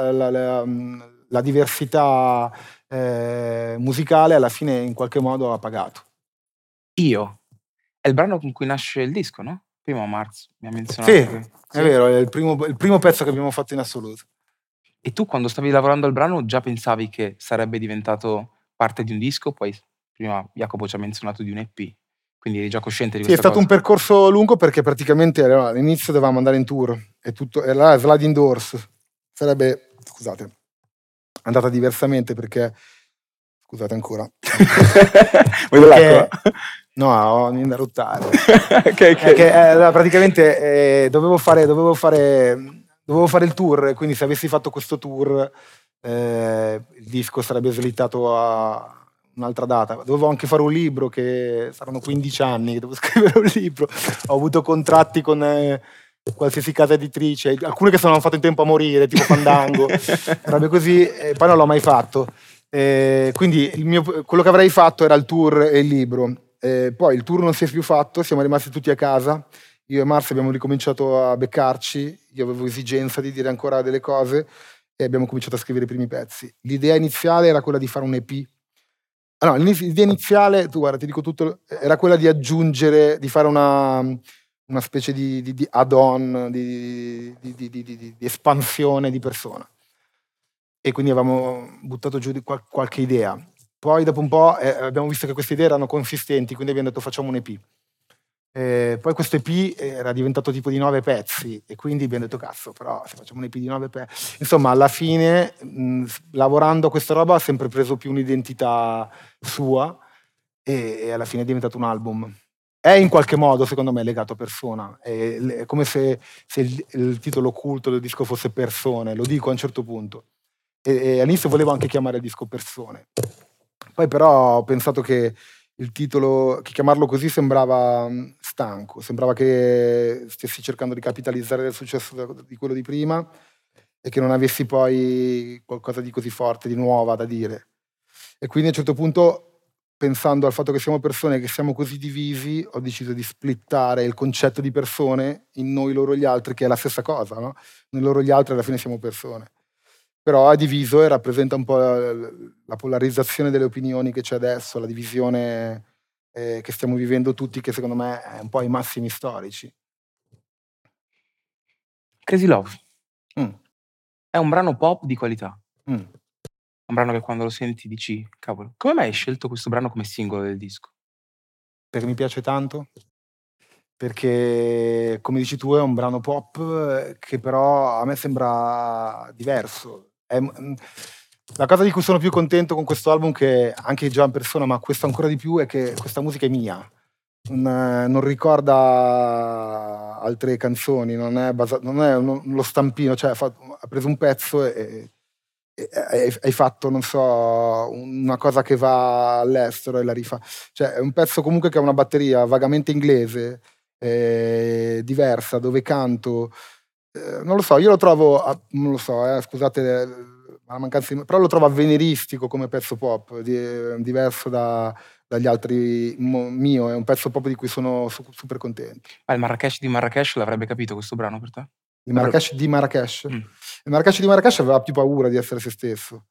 la diversità musicale alla fine in qualche modo ha pagato. Io è il brano con cui nasce il disco, no? Prima Marz mi ha menzionato. Sì, che... è vero, è il primo pezzo che abbiamo fatto in assoluto. E tu quando stavi lavorando al brano già pensavi che sarebbe diventato parte di un disco? Poi prima Jacopo ci ha menzionato di un EP, quindi eri già cosciente di Sì, è questa stato cosa? un percorso lungo perché praticamente all'inizio dovevamo andare in tour e tutto, era Sliding Doors, sarebbe, scusate, andata diversamente perché, scusate ancora, Vuoi dell'acqua? No, mi viene da ruttare. Ok. Praticamente dovevo fare il tour, quindi se avessi fatto questo tour il disco sarebbe slittato a un'altra data. Dovevo anche fare un libro, che saranno 15 anni che devo scrivere un libro. Ho avuto contratti con qualsiasi casa editrice, alcune che sono fatte in tempo a morire, tipo Fandango, robe così, e poi non l'ho mai fatto. Quindi quello che avrei fatto era il tour e il libro. Poi il tour non si è più fatto, siamo rimasti tutti a casa. Io e Mars abbiamo ricominciato a beccarci, io avevo esigenza di dire ancora delle cose e abbiamo cominciato a scrivere i primi pezzi. L'idea iniziale era quella di fare un EP. No, l'idea iniziale, tu guarda, ti dico tutto, era quella di aggiungere, di fare una specie di add-on, di espansione di Persona. E quindi avevamo buttato giù di qualche idea. Poi dopo un po' abbiamo visto che queste idee erano consistenti, quindi abbiamo detto facciamo un EP. Poi questo EP era diventato tipo di 9 pezzi e quindi abbiamo detto cazzo, però se facciamo un EP di 9 pezzi... Insomma, alla fine, lavorando a questa roba, ha sempre preso più un'identità sua e alla fine è diventato un album. È in qualche modo, secondo me, legato a Persona. È come se il titolo occulto del disco fosse Persone, lo dico a un certo punto. E all'inizio volevo anche chiamare il disco Persone. Poi però ho pensato che il titolo, che chiamarlo così sembrava stanco, sembrava che stessi cercando di capitalizzare del successo di quello di prima e che non avessi poi qualcosa di così forte, di nuova da dire. E quindi a un certo punto, pensando al fatto che siamo persone, che siamo così divisi, ho deciso di splittare il concetto di persone in noi, loro, gli altri, che è la stessa cosa, no? Noi, loro, gli altri, alla fine siamo persone. Però è diviso e rappresenta un po' la polarizzazione delle opinioni che c'è adesso, la divisione che stiamo vivendo tutti, che secondo me è un po' ai massimi storici. Crazy Love è un brano pop di qualità. Un brano che quando lo senti dici, cavolo, come mai hai scelto questo brano come singolo del disco? Perché mi piace tanto, perché come dici tu è un brano pop che però a me sembra diverso. La cosa di cui sono più contento con questo album, che anche già in persona, ma questo ancora di più, è che questa musica è mia. non ricorda altre canzoni, non è lo stampino, cioè ha preso un pezzo e hai fatto, non so, una cosa che va all'estero e la rifà. Cioè è un pezzo comunque che ha una batteria vagamente inglese, diversa, dove canto. Non lo so, io lo trovo, non lo so, scusate la mancanza però lo trovo avveniristico come pezzo pop, diverso dagli altri mio, è un pezzo pop di cui sono super contento. Il Marrakesh di Marrakesh l'avrebbe capito questo brano per te? Il Marrakesh di Marrakesh? Mm. Il Marrakesh di Marrakesh aveva più paura di essere se stesso,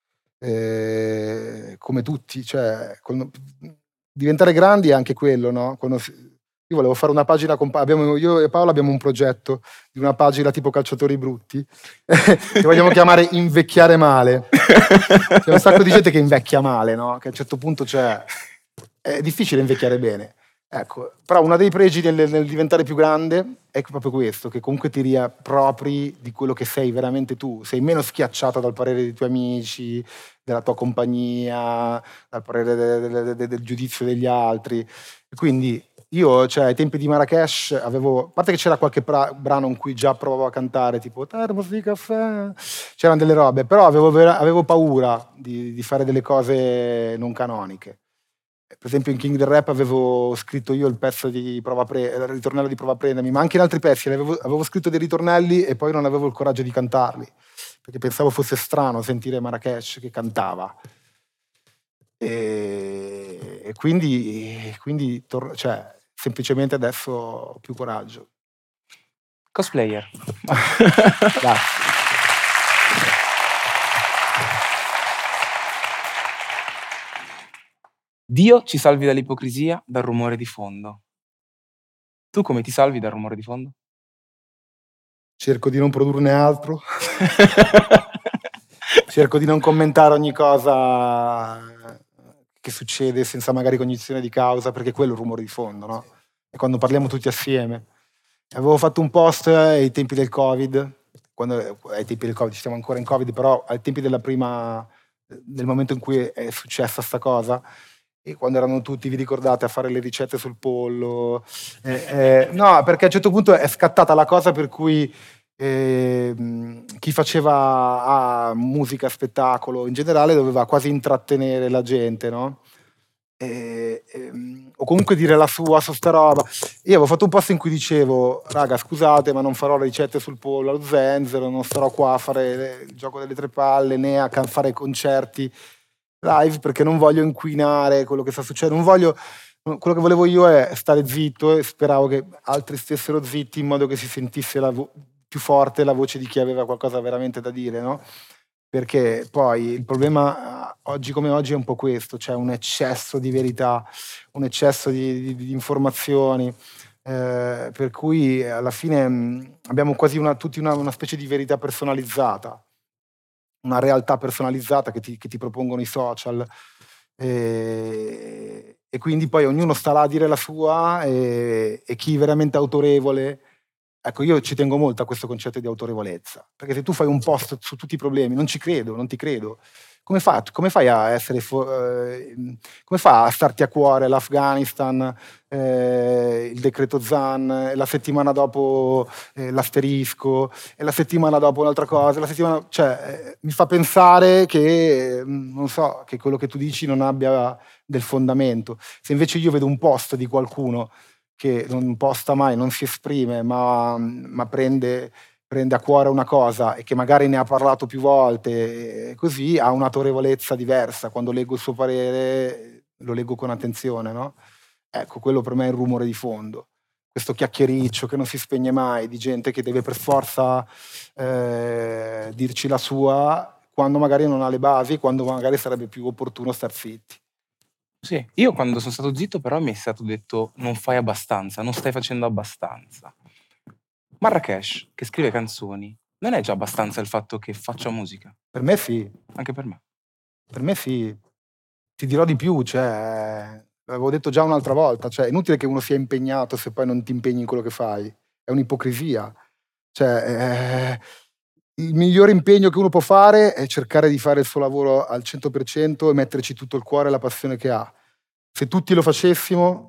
come tutti, cioè diventare grandi è anche quello, no? Io volevo fare una pagina io e Paolo abbiamo un progetto di una pagina tipo Calciatori Brutti che vogliamo chiamare Invecchiare Male. C'è un sacco di gente che invecchia male, no? Che a un certo punto è difficile invecchiare bene. Ecco, però uno dei pregi nel diventare più grande è proprio questo, che comunque ti riappropri di quello che sei veramente tu. Sei meno schiacciato dal parere dei tuoi amici, della tua compagnia, dal parere del giudizio degli altri. Quindi io, cioè, ai tempi di Marrakesh a parte che c'era qualche brano in cui già provavo a cantare, tipo termos di caffè, c'erano delle robe, però avevo paura di fare delle cose non canoniche. Per esempio in King del Rap avevo scritto io il pezzo di il ritornello di Prova a prendermi, ma anche in altri pezzi avevo scritto dei ritornelli e poi non avevo il coraggio di cantarli, perché pensavo fosse strano sentire Marrakesh che cantava. E quindi cioè, semplicemente adesso ho più coraggio. Cosplayer. Grazie. Dio ci salvi dall'ipocrisia, dal rumore di fondo. Tu come ti salvi dal rumore di fondo? Cerco di non produrne altro. Cerco di non commentare ogni cosa che succede senza magari cognizione di causa, perché quello è il rumore di fondo, no? È quando parliamo tutti assieme. Avevo fatto un post ai tempi del Covid, ai tempi del Covid, ci siamo ancora in Covid, però ai tempi del momento in cui è successa sta cosa, e quando erano tutti, vi ricordate, a fare le ricette sul pollo? No, perché a un certo punto è scattata la cosa per cui chi faceva musica, spettacolo, in generale doveva quasi intrattenere la gente, no? O comunque dire la sua su sta roba. Io avevo fatto un post in cui dicevo, raga, scusate, ma non farò le ricette sul pollo allo zenzero, non starò qua a fare il gioco delle tre palle, né a fare concerti live, perché non voglio inquinare quello che sta succedendo. Quello che volevo io è stare zitto, e speravo che altri stessero zitti in modo che si sentisse più forte la voce di chi aveva qualcosa veramente da dire, no? Perché poi il problema oggi come oggi è un po' questo, c'è un eccesso di verità, un eccesso di informazioni, per cui alla fine abbiamo quasi tutti una specie di verità personalizzata, una realtà personalizzata che ti propongono i social, e quindi poi ognuno sta là a dire la sua, e chi è veramente autorevole. Ecco, io ci tengo molto a questo concetto di autorevolezza, perché se tu fai un post su tutti i problemi, non ti credo. Come fai a essere come fa a starti a cuore l'Afghanistan, il decreto Zan, la settimana dopo l'asterisco, e la settimana dopo un'altra cosa, mi fa pensare che, non so, che quello che tu dici non abbia del fondamento. Se invece io vedo un post di qualcuno che non posta mai, non si esprime, ma prende a cuore una cosa e che magari ne ha parlato più volte, così ha un'autorevolezza diversa. Quando leggo il suo parere lo leggo con attenzione, no? Ecco, quello per me è il rumore di fondo. Questo chiacchiericcio che non si spegne mai, di gente che deve per forza dirci la sua, quando magari non ha le basi, quando magari sarebbe più opportuno star zitti. Sì, io quando sono stato zitto però mi è stato detto non fai abbastanza, non stai facendo abbastanza. Marrakesh, che scrive canzoni, non è già abbastanza il fatto che faccia musica? Per me sì. Anche per me. Per me sì. Ti dirò di più, cioè, l'avevo detto già un'altra volta, cioè è inutile che uno sia impegnato se poi non ti impegni in quello che fai. È un'ipocrisia. Cioè, il migliore impegno che uno può fare è cercare di fare il suo lavoro al 100% e metterci tutto il cuore e la passione che ha. Se tutti lo facessimo,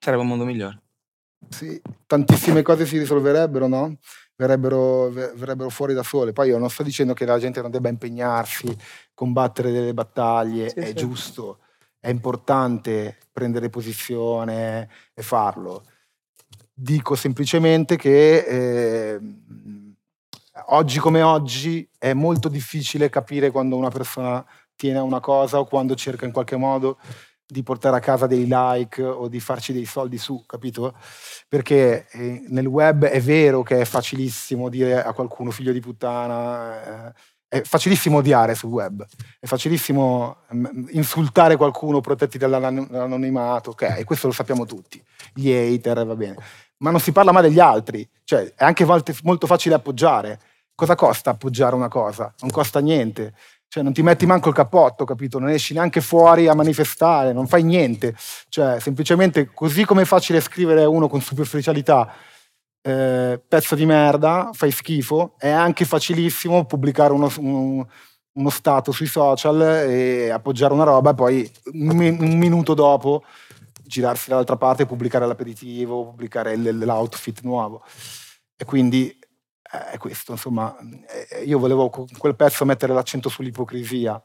Sarebbe un mondo migliore. Sì, tantissime cose si risolverebbero, no? Verrebbero fuori da sole. Poi io non sto dicendo che la gente non debba impegnarsi, combattere delle battaglie, Sì, è sì. giusto, è importante prendere posizione e farlo. Dico semplicemente che oggi come oggi è molto difficile capire quando una persona tiene a una cosa o quando cerca in qualche modo di portare a casa dei like o di farci dei soldi su, capito? Perché nel web è vero che è facilissimo dire a qualcuno figlio di puttana, è facilissimo odiare sul web, è facilissimo insultare qualcuno protetti dall'anonimato, ok, questo lo sappiamo tutti, gli hater, va bene, ma non si parla mai degli altri, cioè è anche molto facile appoggiare. Cosa costa appoggiare una cosa? Non costa niente. Cioè, non ti metti manco il cappotto, capito? Non esci neanche fuori a manifestare, non fai niente. Cioè, semplicemente, così come è facile scrivere a uno con superficialità pezzo di merda, fai schifo, è anche facilissimo pubblicare uno stato sui social e appoggiare una roba e poi un minuto dopo girarsi dall'altra parte e pubblicare l'aperitivo, pubblicare l'outfit nuovo. E quindi è questo, insomma, io volevo con quel pezzo mettere l'accento sull'ipocrisia.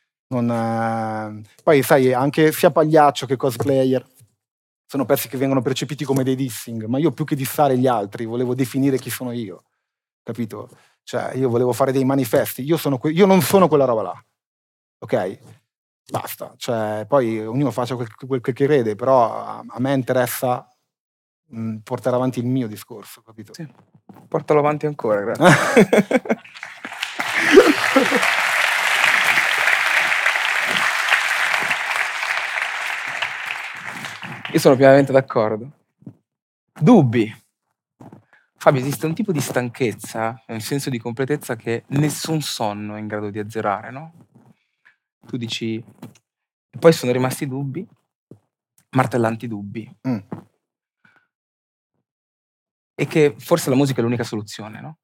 Poi sai, anche sia Pagliaccio che Cosplayer sono pezzi che vengono percepiti come dei dissing, ma io più che dissare gli altri volevo definire chi sono io, capito? Cioè io volevo fare dei manifesti, io non sono quella roba là, ok? Basta, cioè poi ognuno faccia quel che crede, però a me interessa portare avanti il mio discorso, capito? Sì. Portalo avanti ancora, grazie. Io sono pienamente d'accordo. Dubbi. Fabio, esiste un tipo di stanchezza, un senso di completezza che nessun sonno è in grado di azzerare, no? Tu dici, e poi sono rimasti dubbi, martellanti dubbi, e che forse la musica è l'unica soluzione, no?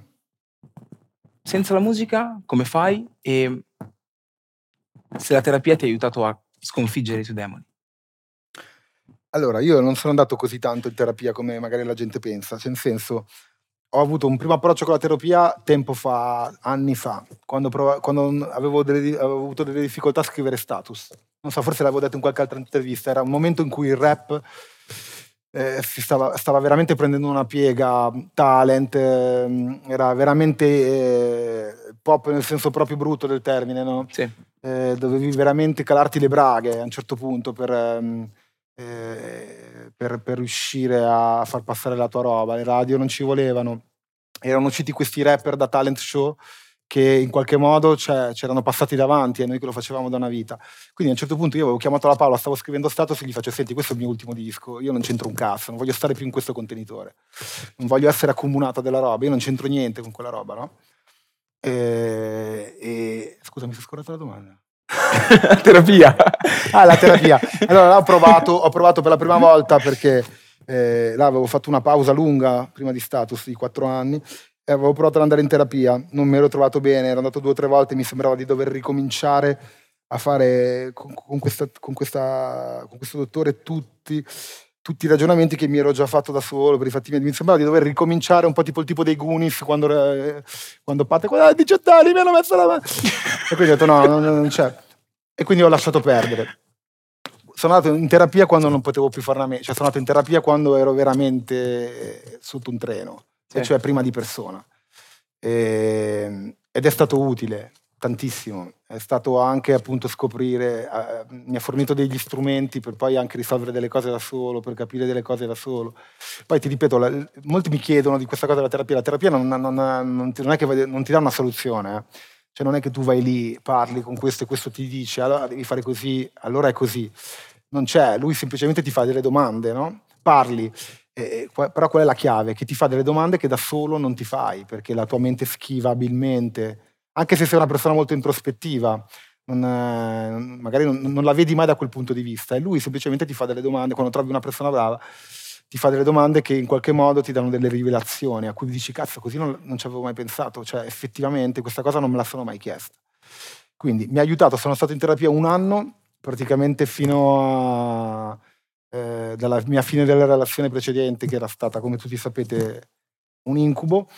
Senza la musica, come fai? E se la terapia ti ha aiutato a sconfiggere i tuoi demoni? Allora, io non sono andato così tanto in terapia come magari la gente pensa, cioè nel senso, ho avuto un primo approccio con la terapia tempo fa, anni fa, quando avevo avuto delle difficoltà a scrivere status. Non so, forse l'avevo detto in qualche altra intervista, era un momento in cui il rap stava veramente prendendo una piega, talent, era veramente pop nel senso proprio brutto del termine, no? Sì. Dovevi veramente calarti le braghe a un certo punto per riuscire a far passare la tua roba. Le radio non ci volevano, erano usciti questi rapper da talent show che in qualche modo c'erano passati davanti a noi che lo facevamo da una vita. Quindi a un certo punto io avevo chiamato la Paola, stavo scrivendo status e gli faccio: senti, questo è il mio ultimo disco, io non c'entro un cazzo, non voglio stare più in questo contenitore, non voglio essere accomunato della roba, io non c'entro niente con quella roba, no? Scusa, mi sono scordato la domanda. Terapia. La terapia. Allora, là ho provato per la prima volta perché là avevo fatto una pausa lunga prima di status di 4 anni e avevo provato ad andare in terapia, non mi ero trovato bene, ero andato 2 o 3 volte, mi sembrava di dover ricominciare a fare con questo dottore tutti i ragionamenti che mi ero già fatto da solo per i fatti miei. Mi sembrava di dover ricominciare un po' tipo il tipo dei Goonies quando parte 18 anni mi hanno messo la mano e quindi ho detto no, non c'è, e quindi ho lasciato perdere. Sono andato in terapia quando non potevo più farla cioè sono andato in terapia quando ero veramente sotto un treno, Sì. cioè prima di persona, ed è stato utile tantissimo, è stato anche appunto scoprire, mi ha fornito degli strumenti per poi anche risolvere delle cose da solo, per capire delle cose da solo. Poi ti ripeto, molti mi chiedono di questa cosa della terapia. La terapia non è che non ti dà una soluzione, Cioè non è che tu vai lì, parli con questo e questo ti dice allora devi fare così, allora è così. Non c'è, lui semplicemente ti fa delle domande, no? Parli, però qual è la chiave? Che ti fa delle domande che da solo non ti fai, perché la tua mente schiva abilmente, anche se sei una persona molto introspettiva, magari non la vedi mai da quel punto di vista, e lui semplicemente ti fa delle domande, quando trovi una persona brava, ti fa delle domande che in qualche modo ti danno delle rivelazioni, a cui dici cazzo, così non ci avevo mai pensato, cioè effettivamente questa cosa non me la sono mai chiesta. Quindi mi ha aiutato, sono stato in terapia 1 anno, praticamente fino dalla mia fine della relazione precedente, che era stata, come tutti sapete, un incubo,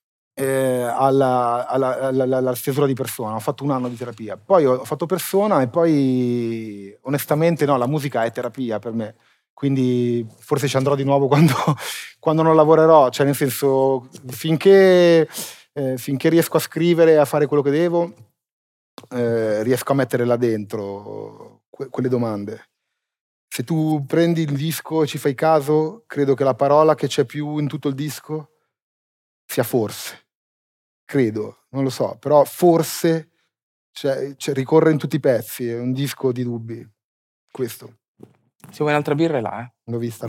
alla stesura di persona. Ho fatto 1 anno di terapia, poi ho fatto persona e poi onestamente no, la musica è terapia per me, quindi forse ci andrò di nuovo quando non lavorerò, cioè nel senso finché riesco a scrivere e a fare quello che devo, riesco a mettere là dentro quelle domande. Se tu prendi il disco e ci fai caso, credo che la parola che c'è più in tutto il disco sia forse. Credo, non lo so, però forse ricorre in tutti i pezzi, è un disco di dubbi. Questo. Se vuoi un'altra birra è là, L'ho vista.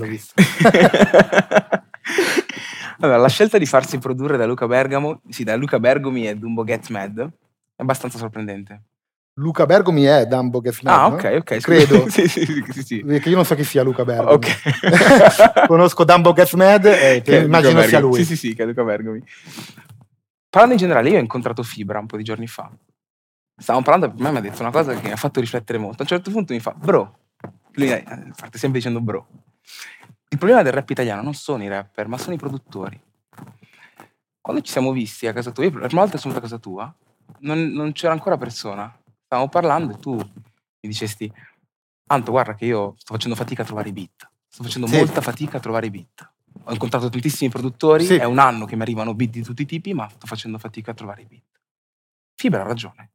Allora, la scelta di farsi produrre da Luca Bergomi e Dumbo Get Mad è abbastanza sorprendente. Luca Bergomi è Dumbo Get Mad, Ah, no? ok, Credo. sì. Perché io non so chi sia Luca Bergomi. Ok. Conosco Dumbo Get Mad e Che è immagino Luca sia Bergomi. lui. Sì, che è Luca Bergomi. Parlando in generale, io ho incontrato Fibra un po' di giorni fa. Stavamo parlando, per me mi ha detto una cosa che mi ha fatto riflettere molto. A un certo punto mi fa, bro, lui parte sempre dicendo bro. Il problema del rap italiano non sono i rapper, ma sono i produttori. Quando ci siamo visti a casa tua, io la prima volta che sono venuto a casa tua, non c'era ancora persona. Stavamo parlando e tu mi dicesti, Anto, guarda che io sto facendo fatica a trovare i beat. Sto facendo molta fatica a trovare i beat. Ho incontrato tantissimi produttori, è 1 anno che mi arrivano beat di tutti i tipi, ma sto facendo fatica a trovare i beat. Fibra ha ragione.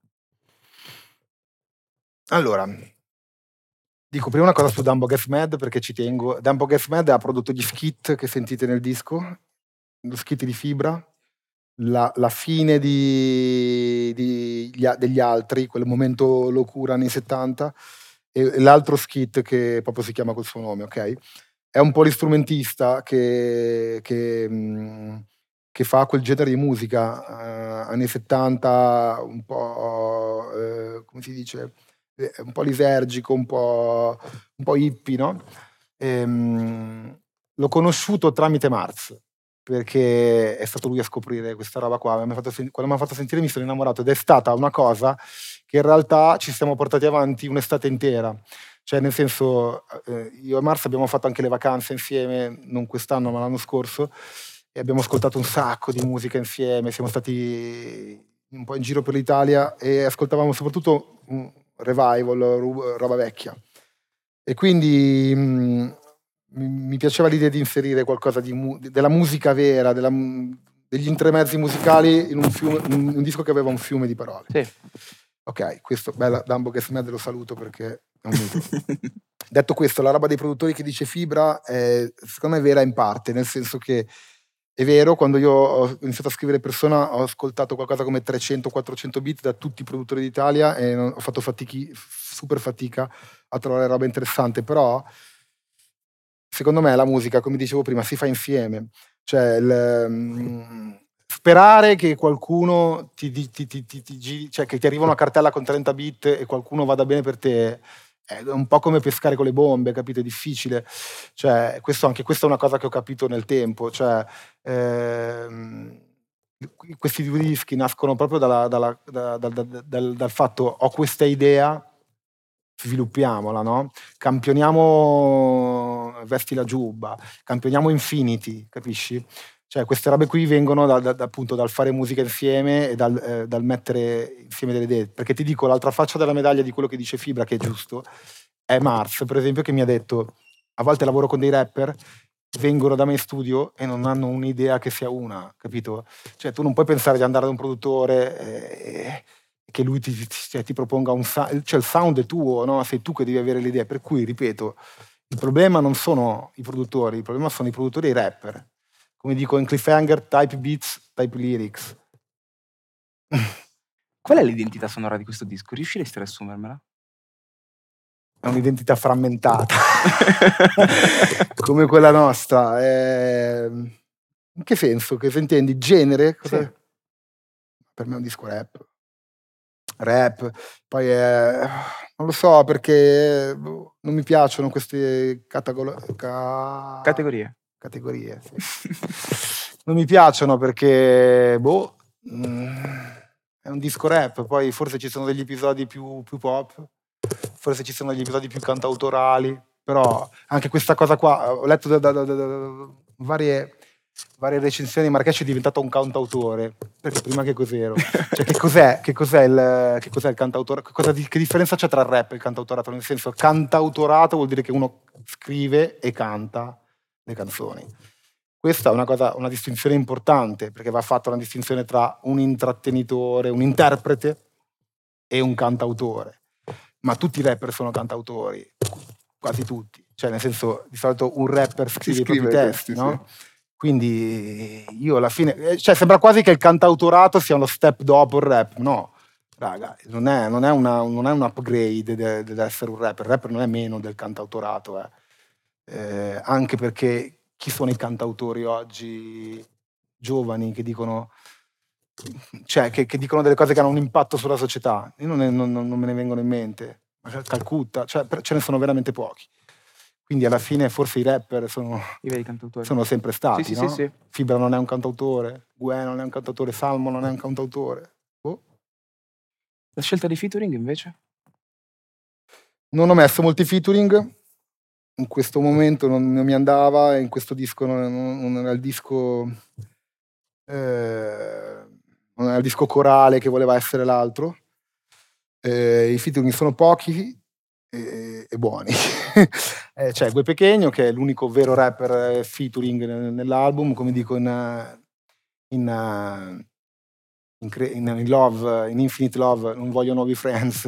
Allora, dico prima una cosa su Dumbo Gets Mad perché ci tengo. Dumbo Gets Mad ha prodotto gli skit che sentite nel disco, lo skit di Fibra, la fine degli altri, quel momento locura anni 70, e l'altro skit che proprio si chiama col suo nome, ok? È un polistrumentista che fa quel genere di musica anni 70, un po' come si dice, un po' lisergico, un po' hippie, no? L'ho conosciuto tramite Marz, perché è stato lui a scoprire questa roba qua. Quando mi ha fatto sentire mi sono innamorato, ed è stata una cosa che in realtà ci siamo portati avanti un'estate intera. Cioè, nel senso, io e Marz abbiamo fatto anche le vacanze insieme, non quest'anno ma l'anno scorso, e abbiamo ascoltato un sacco di musica insieme, siamo stati un po' in giro per l'Italia e ascoltavamo soprattutto revival, roba vecchia. E quindi mi piaceva l'idea di inserire qualcosa della musica vera, degli intermezzi musicali in un disco che aveva un fiume di parole. Sì. Ok, questo, bella, Dumbo Gets Mad lo saluto perché è un mito. Detto questo, la roba dei produttori che dice Fibra secondo me è vera in parte, nel senso che è vero, quando io ho iniziato a scrivere persona ho ascoltato qualcosa come 300-400 beat da tutti i produttori d'Italia e ho fatto super fatica a trovare roba interessante, però secondo me la musica, come dicevo prima, si fa insieme. Cioè, sperare che qualcuno cioè che ti arriva una cartella con 30 beat e qualcuno vada bene per te è un po' come pescare con le bombe, capito? È difficile. Cioè, anche questa è una cosa che ho capito nel tempo. Cioè, questi 2 dischi nascono proprio dal fatto ho questa idea, sviluppiamola, no? Campioniamo Vesti la giubba, campioniamo Infinity, capisci? Cioè queste robe qui vengono appunto dal fare musica insieme e dal mettere insieme delle idee. Perché ti dico, l'altra faccia della medaglia di quello che dice Fibra, che è giusto, è Mars, per esempio, che mi ha detto a volte lavoro con dei rapper, vengono da me in studio e non hanno un'idea che sia una, capito? Cioè tu non puoi pensare di andare da un produttore che lui ti proponga cioè il sound è tuo, no? Sei tu che devi avere l'idea. Per cui, ripeto, il problema non sono i produttori, il problema sono i produttori e i rapper. Come dico in Cliffhanger, type beats, type lyrics. Qual è l'identità sonora di questo disco? Riusciresti a riassumermela? È un'identità frammentata, come quella nostra. In che senso? Che se intendi genere? Sì. Per me è un disco rap. Poi non lo so perché non mi piacciono queste Categorie. Sì. Non mi piacciono perché è un disco rap, poi forse ci sono degli episodi più pop, forse ci sono degli episodi più cantautorali, però anche questa cosa qua, ho letto da varie recensioni di Marracash, è diventato un cantautore, perché prima che cos'ero? Cioè che cos'è il cantautore? Che differenza c'è tra il rap e il cantautorato? Nel senso, cantautorato vuol dire che uno scrive e canta le canzoni. Questa è una distinzione importante, perché va fatta una distinzione tra un intrattenitore, un interprete e un cantautore. Ma tutti i rapper sono cantautori, quasi tutti. Cioè, nel senso, di solito un rapper scrive i propri testi, no? Sì. Quindi io alla fine... Cioè, sembra quasi che il cantautorato sia uno step dopo il rap. No, raga, non è un upgrade dell'essere un rapper. Il rapper non è meno del cantautorato. Anche perché chi sono i cantautori oggi giovani che dicono... Cioè, che dicono delle cose che hanno un impatto sulla società? Io non me ne vengono in mente. Calcutta, cioè, ce ne sono veramente pochi. Quindi alla fine forse i rapper sono sempre stati, sì, no? Sì. Fibra non è un cantautore, Gue non è un cantautore, Salmo non è un cantautore. La scelta di featuring invece? Non ho messo molti featuring, in questo momento non mi andava, in questo disco non era il disco... non era il disco corale che voleva essere l'altro. I featuring sono pochi e buoni. C'è Gue Pequeno, che è l'unico vero rapper featuring nell'album, come dico in Love, in Infinite Love, non voglio nuovi friends,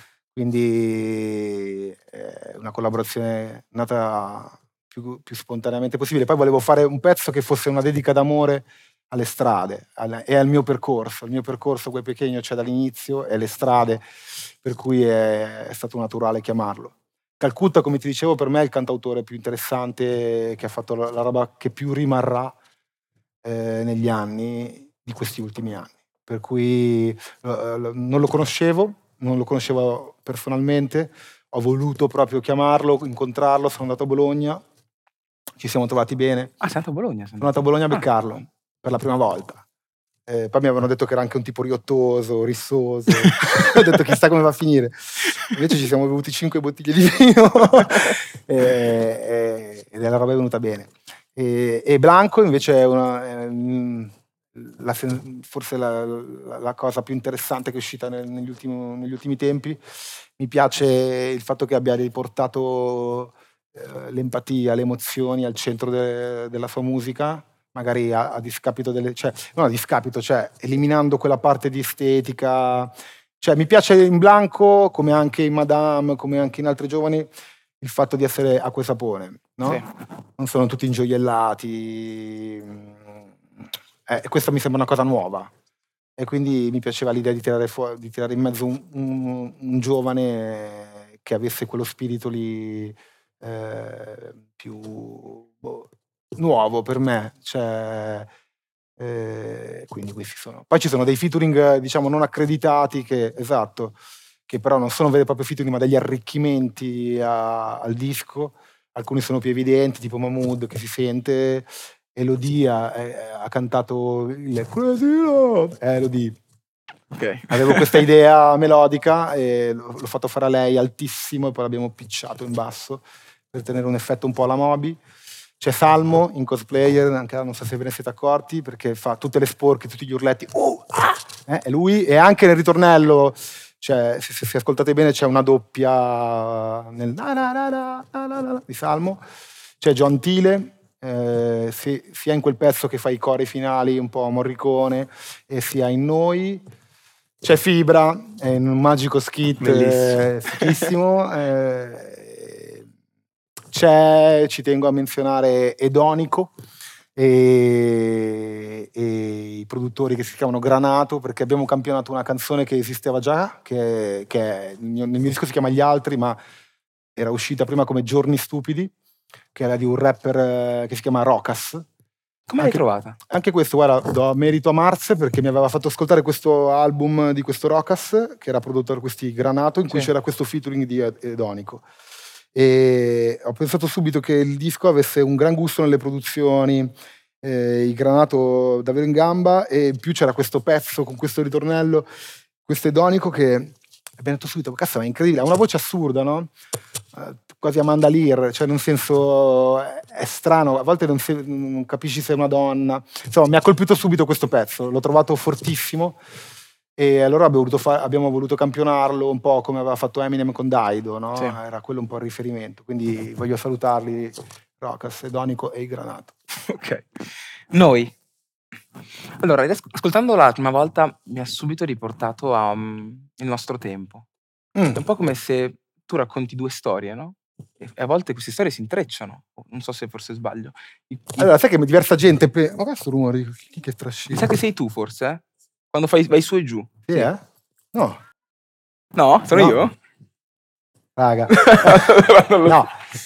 quindi è una collaborazione nata più spontaneamente possibile. Poi volevo fare un pezzo che fosse una dedica d'amore alle strade e al mio percorso. Il mio percorso Gue Pequeno c'è dall'inizio, e le strade, per cui è stato naturale chiamarlo. Calcutta, come ti dicevo, per me è il cantautore più interessante, che ha fatto la roba che più rimarrà negli anni, di questi ultimi anni. Per cui non lo conoscevo personalmente, ho voluto proprio chiamarlo, incontrarlo, sono andato a Bologna, ci siamo trovati bene. Ah, sei andato a Bologna? Sono andato a Bologna a beccarlo per la prima volta. Poi mi avevano detto che era anche un tipo riottoso, rissoso. Ho detto chissà come va a finire. Invece ci siamo bevuti 5 bottiglie di vino e la roba è venuta bene. E Blanco invece è forse la cosa più interessante che è uscita negli ultimi tempi. Mi piace il fatto che abbia riportato l'empatia, le emozioni al centro della sua musica, magari a discapito non a discapito, cioè eliminando quella parte di estetica. Cioè, mi piace in Blanco, come anche in Madame, come anche in altri giovani, il fatto di essere acqua e sapone, no? Sì. Non sono tutti ingioiellati. Questa mi sembra una cosa nuova. E quindi mi piaceva l'idea di tirare in mezzo un giovane che avesse quello spirito lì più nuovo per me. Cioè, quindi questi sono. Poi ci sono dei featuring, diciamo, non accreditati che però non sono veri e propri featuring, ma degli arricchimenti al disco. Alcuni sono più evidenti, tipo Mahmood, che si sente. Elodia ha cantato il Crazy Love. Elodie. Okay. Avevo questa idea melodica e l'ho fatto fare a lei altissimo, e poi l'abbiamo pitchato in basso per tenere un effetto un po' alla Moby. C'è Salmo in cosplayer, anche non so se ve ne siete accorti, perché fa tutte le sporche, tutti gli urletti. È lui, e anche nel ritornello, cioè, se ascoltate bene, c'è una doppia nel di Salmo. C'è John Thiele, sia in quel pezzo che fa i cori finali un po' Morricone, e sia in Noi. C'è Fibra, è in un magico skit fichissimo. Ci tengo a menzionare Edonico e i produttori che si chiamano Granato, perché abbiamo campionato una canzone che esisteva già, che nel mio disco si chiama Gli Altri, ma era uscita prima come Giorni Stupidi, che era di un rapper che si chiama Rocas. Come l'hai trovata? Anche questo, guarda, do merito a Marz, perché mi aveva fatto ascoltare questo album di questo Rocas, che era prodotto da questi Granato, in cui c'era questo featuring di Edonico. E ho pensato subito che il disco avesse un gran gusto nelle produzioni, il Granato davvero in gamba, e in più c'era questo pezzo con questo ritornello, questo Edonico, che abbiamo detto subito, cazzo, è incredibile, ha una voce assurda, no? quasi Amanda Lear, cioè nel senso è strano, a volte non capisci se è una donna. Insomma, mi ha colpito subito questo pezzo, l'ho trovato fortissimo e allora abbiamo voluto campionarlo un po' come aveva fatto Eminem con Daido, no? Sì. Era quello un po' il riferimento, quindi voglio salutarli, Rocas, Edonico e il Granato. Ok. Noi. Allora, ascoltandola la prima volta mi ha subito riportato a il nostro tempo. È un po' come se tu racconti due storie, no? E a volte queste storie si intrecciano. Non so se forse sbaglio. Allora, sai che diversa gente... Ma questo rumore, chi che trascina? Mi sa che sei tu forse, eh? Quando vai su e giù. Sì, eh? No. No? Sono io? Raga. Non lo No.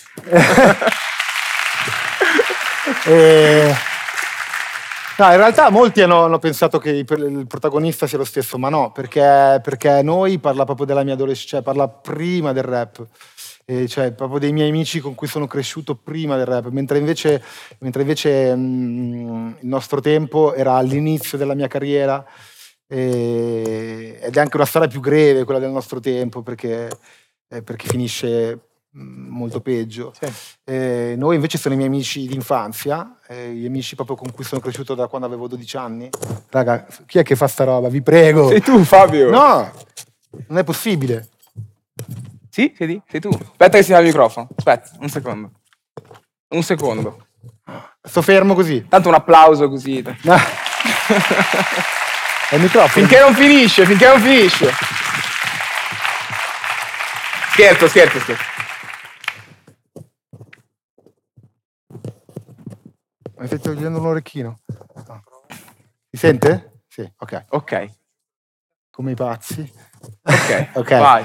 No, in realtà molti hanno pensato che il protagonista sia lo stesso, ma no, perché noi parla proprio della mia adolescenza, cioè parla prima del rap, cioè proprio dei miei amici con cui sono cresciuto prima del rap, mentre invece il nostro tempo era all'inizio della mia carriera ed è anche una storia più breve quella del nostro tempo perché finisce molto peggio. Sì. Noi invece sono i miei amici d'infanzia, gli amici proprio con cui sono cresciuto da quando avevo 12 anni. Raga, chi è che fa sta roba? Vi prego. Sei tu, Fabio. No, non è possibile. Sì, sei tu. Aspetta che si va il microfono. Aspetta, un secondo. Sto fermo così. Tanto un applauso così. È il microfono. Finché non finisce. Scherzo. Mi stai togliendo un orecchino? No. Si sente? Sì, ok. Come i pazzi. Ok. Vai.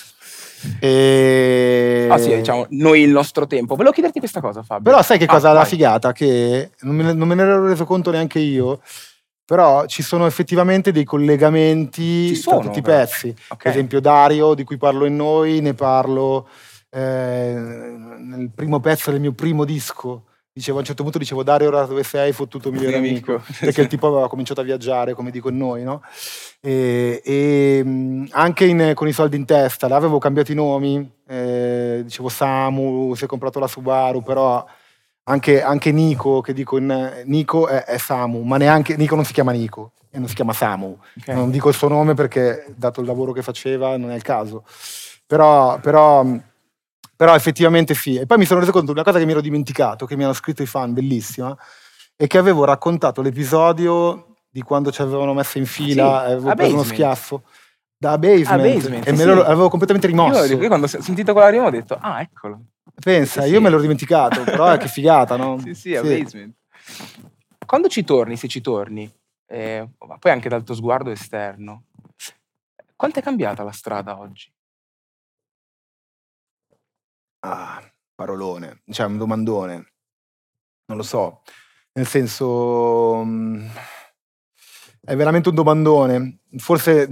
Sì, diciamo, noi il nostro tempo. Volevo chiederti questa cosa, Fabio. Però sai che cosa ha la vai. figata? Che non me ne ero reso conto neanche io, però ci sono effettivamente dei collegamenti tra tutti i pezzi. Okay. Per esempio Dario, di cui parlo in Noi, ne parlo nel primo pezzo del mio primo disco. A un certo punto dicevo Dario, ora dove sei, fottuto migliore amico. Perché il tipo aveva cominciato a viaggiare, come dico in Noi, no? Anche con i soldi in testa, l'avevo cambiato i nomi, dicevo Samu, si è comprato la Subaru, però anche Nico, che dico Nico è Samu, ma neanche Nico non si chiama Nico e non si chiama Samu. Okay. Non dico il suo nome perché, dato il lavoro che faceva, non è il caso. Però effettivamente sì. E poi mi sono reso conto di una cosa che mi ero dimenticato, che mi hanno scritto i fan, bellissima, e che avevo raccontato l'episodio di quando ci avevano messo in fila, avevo preso uno schiaffo da Basement, e me lo avevo completamente rimosso. Io quando ho sentito quella rima ho detto, eccolo. Pensa, io me l'ho dimenticato, però che figata, no? Sì, a Basement. Quando ci torni, se ci torni, poi anche dal tuo sguardo esterno, quanto è cambiata la strada oggi? Parolone, cioè un domandone, non lo so, nel senso è veramente un domandone, forse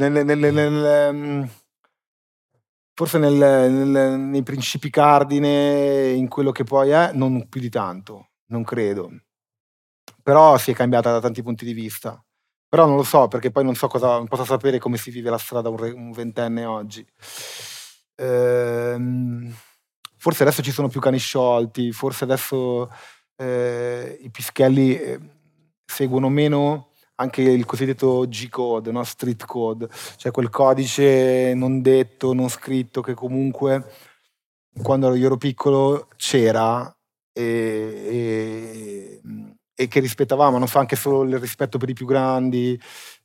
nei principi cardine, in quello che poi è, non più di tanto, non credo, però si è cambiata da tanti punti di vista, però non lo so, perché poi non posso sapere come si vive la strada un ventenne oggi. Forse adesso ci sono più cani sciolti, forse adesso i pischelli seguono meno anche il cosiddetto G-code, no? Street code, cioè quel codice non detto, non scritto, che comunque quando io ero piccolo c'era e che rispettavamo, non so, anche solo il rispetto per i più grandi,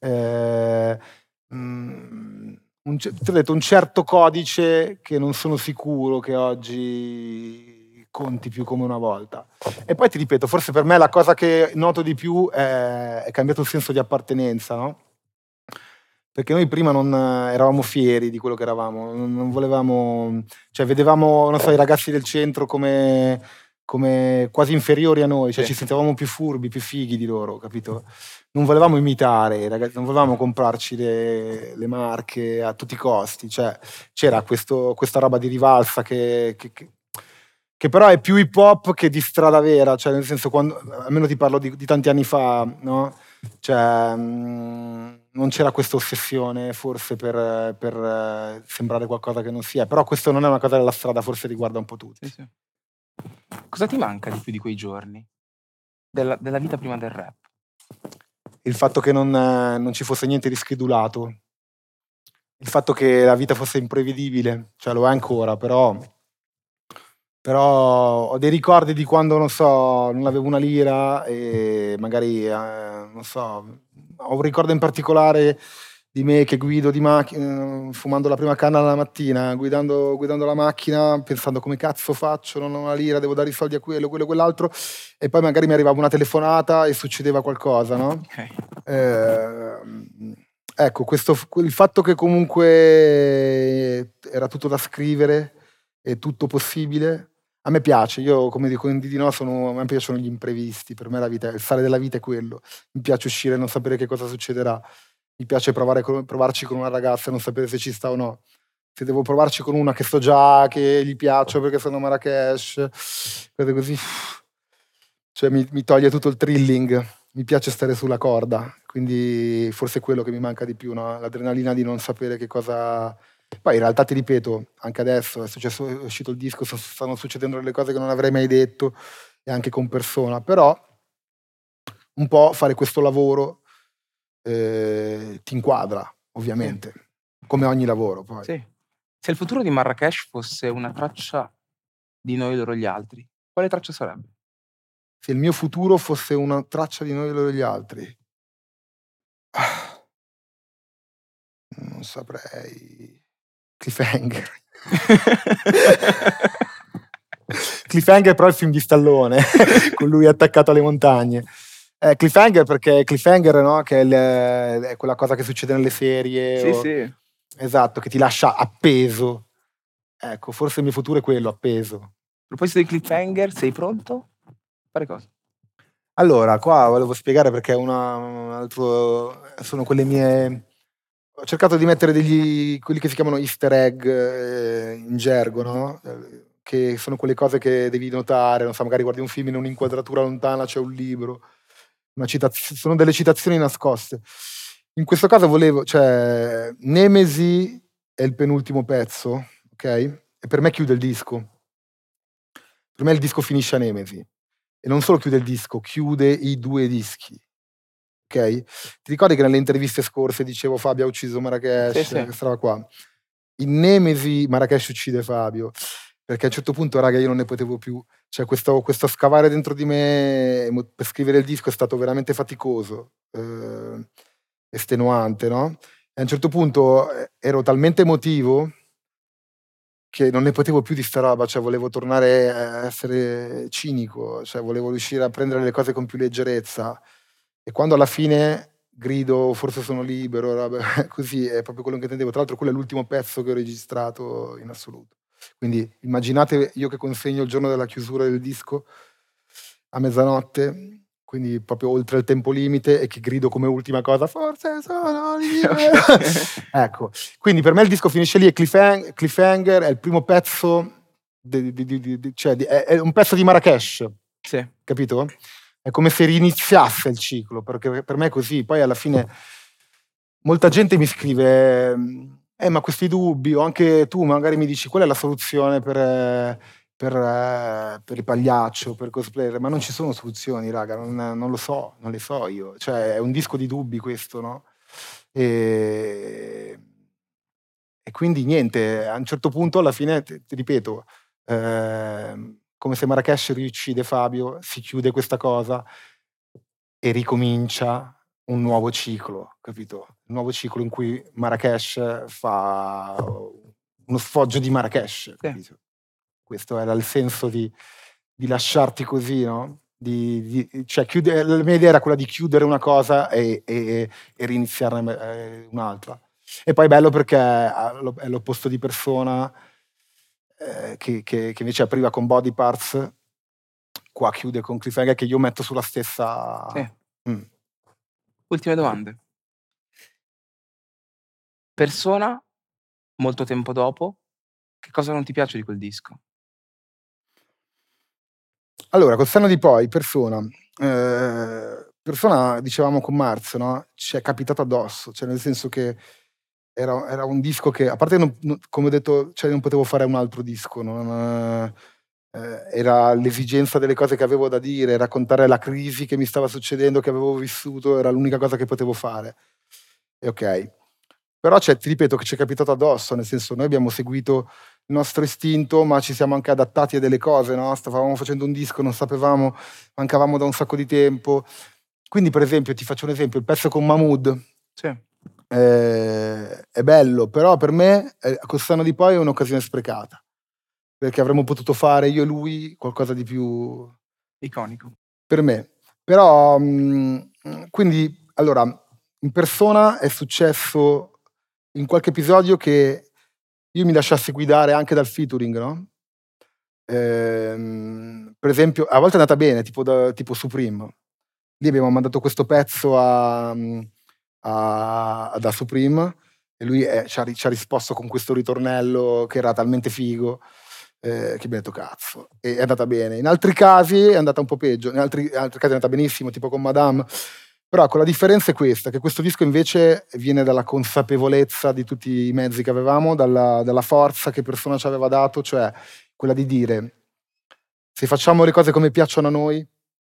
ti ho detto un certo codice che non sono sicuro che oggi conti più come una volta. E poi ti ripeto, forse per me la cosa che noto di più è cambiato il senso di appartenenza, no? Perché noi prima non eravamo fieri di quello che eravamo, non volevamo, cioè vedevamo, non so, i ragazzi del centro come quasi inferiori a noi, cioè ci sentivamo più furbi, più fighi di loro, capito? Non volevamo imitare, ragazzi, non volevamo comprarci le marche a tutti i costi, cioè c'era questa roba di rivalsa che però è più hip hop che di strada vera, cioè nel senso, almeno ti parlo di tanti anni fa, no? Cioè, non non c'era questa ossessione forse per sembrare qualcosa che non si è, però questo non è una cosa della strada, forse riguarda un po' tutti. Sì, sì. Cosa ti manca di più di quei giorni? Della vita prima del rap? Il fatto che non ci fosse niente di schedulato, il fatto che la vita fosse imprevedibile, cioè lo è ancora, però ho dei ricordi di quando, non so, non avevo una lira e magari, non so, ho un ricordo in particolare di me che guido di macchina, fumando la prima canna la mattina, guidando la macchina, pensando come cazzo faccio, non ho una lira, devo dare i soldi a quello, quell'altro, e poi magari mi arrivava una telefonata e succedeva qualcosa, no? Ok. Ecco, il fatto che comunque era tutto da scrivere e tutto possibile, a me piace. Io, come dico in Didi No, a me piacciono gli imprevisti. Per me la vita, il sale della vita è quello. Mi piace uscire e non sapere che cosa succederà. Mi piace provarci con una ragazza e non sapere se ci sta o no. Se devo provarci con una che so già che gli piaccio perché sono a Marrakesh, cose così, cioè mi toglie tutto il thrilling. Mi piace stare sulla corda, quindi forse è quello che mi manca di più, no? L'adrenalina di non sapere che cosa. Poi in realtà ti ripeto, anche adesso è uscito il disco, stanno succedendo delle cose che non avrei mai detto, e anche con persona, però un po' fare questo lavoro ti inquadra, ovviamente, come ogni lavoro poi. Sì. Se il futuro di Marrakesh fosse una traccia di Noi, loro, gli altri, quale traccia sarebbe? Se il mio futuro fosse una traccia di Noi, loro, gli altri, non saprei. Cliffhanger. Cliffhanger però è il film di Stallone con lui attaccato alle montagne. Cliffhanger perché Cliffhanger, no? Che è quella cosa che succede nelle serie. Sì, sì. Esatto, che ti lascia appeso. Ecco, forse il mio futuro è quello, appeso. A proposito di Cliffhanger, sei pronto? Fare cosa? Allora, qua volevo spiegare perché un altro sono quelle mie. Ho cercato di mettere quelli che si chiamano easter egg in gergo, no? Che sono quelle cose che devi notare, non so, magari guardi un film in un'inquadratura lontana, c'è un libro, sono delle citazioni nascoste. In questo caso cioè, Nemesi è il penultimo pezzo, ok? E per me chiude il disco. Per me il disco finisce a Nemesi. E non solo chiude il disco, chiude i 2 dischi. Ok? Ti ricordi che nelle interviste scorse dicevo Fabio ha ucciso Marrakesh, Sì. questa roba qua? In Nemesi Marrakesh uccide Fabio, perché a un certo punto, raga, io non ne potevo più. Cioè questo scavare dentro di me per scrivere il disco è stato veramente faticoso, estenuante, no? E a un certo punto ero talmente emotivo che non ne potevo più di sta roba, cioè volevo tornare a essere cinico, cioè volevo riuscire a prendere le cose con più leggerezza. E quando alla fine grido forse sono libero, roba così, è proprio quello che intendevo. Tra l'altro quello è l'ultimo pezzo che ho registrato in assoluto. Quindi immaginate io che consegno il giorno della chiusura del disco a mezzanotte, quindi proprio oltre il tempo limite, e che grido come ultima cosa forse sono libero. Ecco, quindi per me il disco finisce lì e Cliffhanger è il primo pezzo cioè è un pezzo di Marrakesh, Sì. capito? È come se riniziasse il ciclo, perché per me è così. Poi alla fine molta gente mi scrive ma questi dubbi, o anche tu magari mi dici qual è la soluzione per il pagliaccio, per cosplayer, ma non ci sono soluzioni, raga, non lo so, non le so io. Cioè è un disco di dubbi questo, no? E quindi niente, a un certo punto alla fine, ti ripeto, come se Marrakesh riuccide Fabio, si chiude questa cosa e ricomincia un nuovo ciclo, capito? Un nuovo ciclo in cui Marrakesh fa uno sfoggio di Marrakesh, capito? Questo era il senso di lasciarti così, no? Cioè la mia idea era quella di chiudere una cosa e riniziarne un'altra. E poi è bello perché è l'opposto di Persona, che invece apriva con Body Parts, qua chiude con Cliffhanger, che io metto sulla stessa. Sì. Ultime domande. Persona, molto tempo dopo, che cosa non ti piace di quel disco? Allora, col senno di poi, Persona. persona, dicevamo con Marz, no? Ci è capitato addosso, cioè nel senso che era un disco che, a parte come ho detto, cioè non potevo fare un altro disco, era l'esigenza delle cose che avevo da dire, raccontare la crisi che mi stava succedendo, che avevo vissuto, era l'unica cosa che potevo fare. E ok. Però ti ripeto che ci è capitato addosso, nel senso noi abbiamo seguito il nostro istinto, ma ci siamo anche adattati a delle cose, no? Stavamo facendo un disco, non sapevamo, mancavamo da un sacco di tempo. Quindi per esempio, ti faccio un esempio, il pezzo con Mahmood, Sì. è bello, però per me col senno di poi è un'occasione sprecata, perché avremmo potuto fare io e lui qualcosa di più Iconico. per me. Però quindi allora in persona è successo in qualche episodio che io mi lasciassi guidare anche dal featuring, no? Per esempio, a volte è andata bene, tipo Supreme. Lì abbiamo mandato questo pezzo da Supreme e lui ci ha risposto con questo ritornello che era talmente figo che abbiamo detto cazzo. E è andata bene. In altri casi è andata un po' peggio, in altri casi è andata benissimo, tipo con Madame. Però ecco, la differenza è questa, che questo disco invece viene dalla consapevolezza di tutti i mezzi che avevamo, dalla forza che Persona ci aveva dato, cioè quella di dire se facciamo le cose come piacciono a noi,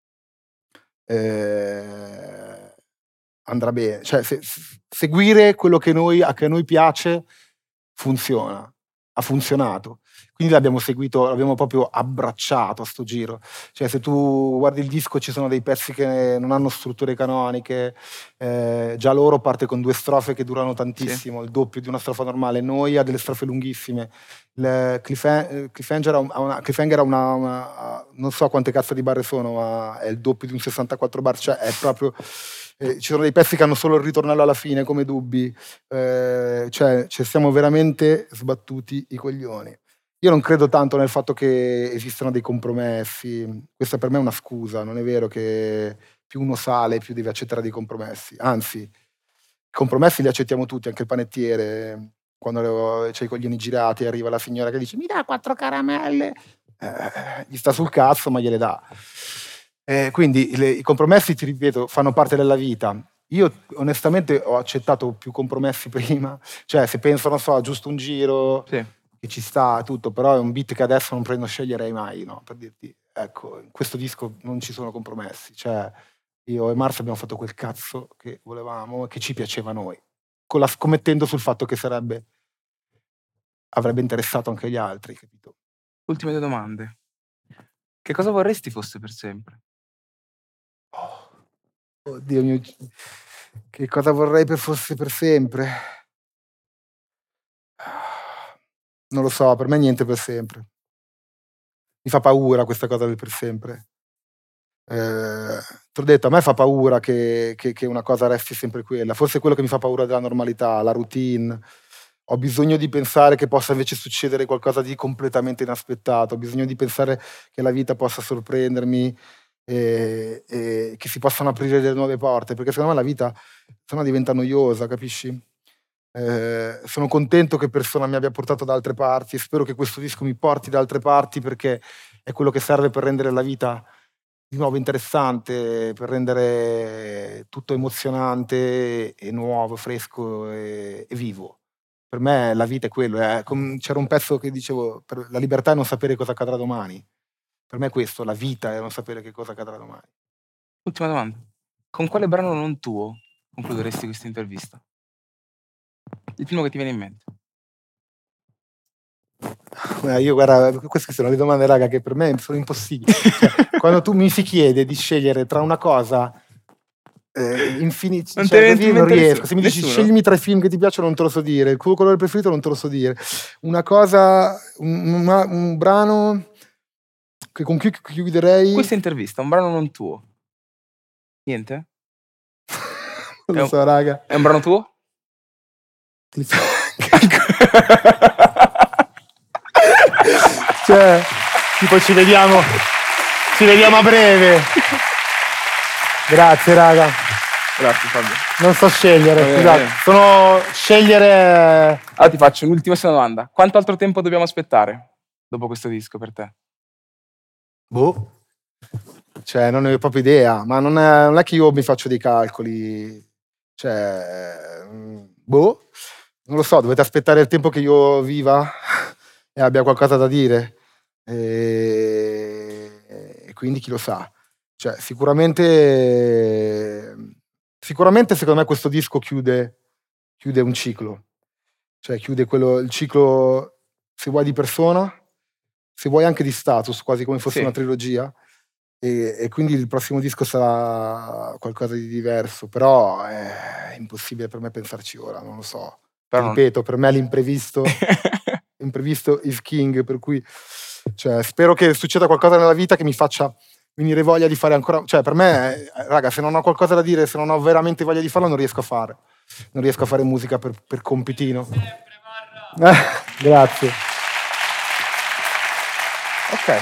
andrà bene. Cioè, seguire quello che a noi piace funziona, ha funzionato. Quindi l'abbiamo seguito, l'abbiamo proprio abbracciato a sto giro. Cioè, se tu guardi il disco ci sono dei pezzi che non hanno strutture canoniche, già loro parte con 2 strofe che durano tantissimo, il doppio di una strofa normale. Noi ha delle strofe lunghissime. Il Cliffhanger ha non so quante cazzo di barre sono, ma è il doppio di un 64 bar, cioè è proprio... ci sono dei pezzi che hanno solo il ritornello alla fine, come Dubbi, cioè ci siamo veramente sbattuti i coglioni. Io non credo tanto nel fatto che esistano dei compromessi, questa per me è una scusa, non è vero che più uno sale più deve accettare dei compromessi, anzi, i compromessi li accettiamo tutti, anche il panettiere, quando c'è i coglioni girati arriva la signora che dice mi dà 4 caramelle, gli sta sul cazzo ma gliele dà. Quindi i compromessi, ti ripeto, fanno parte della vita. Io onestamente ho accettato più compromessi prima, cioè se penso, non so, a Giusto un giro, Sì. che ci sta tutto, però è un beat che adesso non prendo, sceglierei mai, no? Per dirti, ecco, in questo disco non ci sono compromessi, cioè io e Mars abbiamo fatto quel cazzo che volevamo e che ci piaceva a noi, scommettendo sul fatto che avrebbe interessato anche gli altri, capito? Ultime 2 domande. Che cosa vorresti fosse per sempre? Oddio mio, che cosa vorrei fosse per sempre? Non lo so, per me niente per sempre. Mi fa paura questa cosa del per sempre. T'ho detto, a me fa paura che una cosa resti sempre quella. Forse è quello che mi fa paura della normalità, la routine. Ho bisogno di pensare che possa invece succedere qualcosa di completamente inaspettato. Ho bisogno di pensare che la vita possa sorprendermi e che si possano aprire delle nuove porte, perché secondo me la vita sennò diventa noiosa, capisci? Sono contento che Persona mi abbia portato da altre parti e spero che questo disco mi porti da altre parti, perché è quello che serve per rendere la vita di nuovo interessante, per rendere tutto emozionante e nuovo, fresco e vivo. Per me la vita è quello. C'era un pezzo che dicevo, la libertà è non sapere cosa accadrà domani. Per me è questo, la vita è non sapere che cosa accadrà domani. Ultima domanda. Con quale brano non tuo concluderesti questa intervista? Il primo che ti viene in mente. Io guarda, queste sono le domande, raga, che per me sono impossibili. Cioè, quando tu mi si chiede di scegliere tra una cosa infinita, Non cioè, te ne così inventa non riesco. nessuno? Se mi dici Nessuno? sceglimi tra i film che ti piacciono, non te lo so dire. Il tuo colore preferito non te lo so dire. Una cosa, un brano con cui chiuderei. Questa intervista, un brano non tuo. Niente? Non lo so, raga. È un brano tuo? Cioè, tipo ci vediamo a breve. Grazie, raga. Grazie Fabio. Non so scegliere, Bene. Sono scegliere. Allora ti faccio un'ultimissima domanda. Quanto altro tempo dobbiamo aspettare dopo questo disco per te? Boh. cioè non ne ho proprio idea, ma non è che io mi faccio dei calcoli, cioè, boh, non lo so, dovete aspettare il tempo che io viva e abbia qualcosa da dire, e quindi chi lo sa, cioè sicuramente secondo me questo disco chiude un ciclo, cioè chiude il ciclo, se vuoi, di persona, se vuoi anche di status, quasi come fosse Sì. una trilogia, e quindi il prossimo disco sarà qualcosa di diverso, però è impossibile per me pensarci ora, non lo so. Però Ripeto, per me l'imprevisto imprevisto is king, per cui cioè, spero che succeda qualcosa nella vita che mi faccia venire voglia di fare ancora, cioè per me, raga, se non ho qualcosa da dire, se non ho veramente voglia di farlo, non riesco a fare musica per compitino. Grazie. Ok.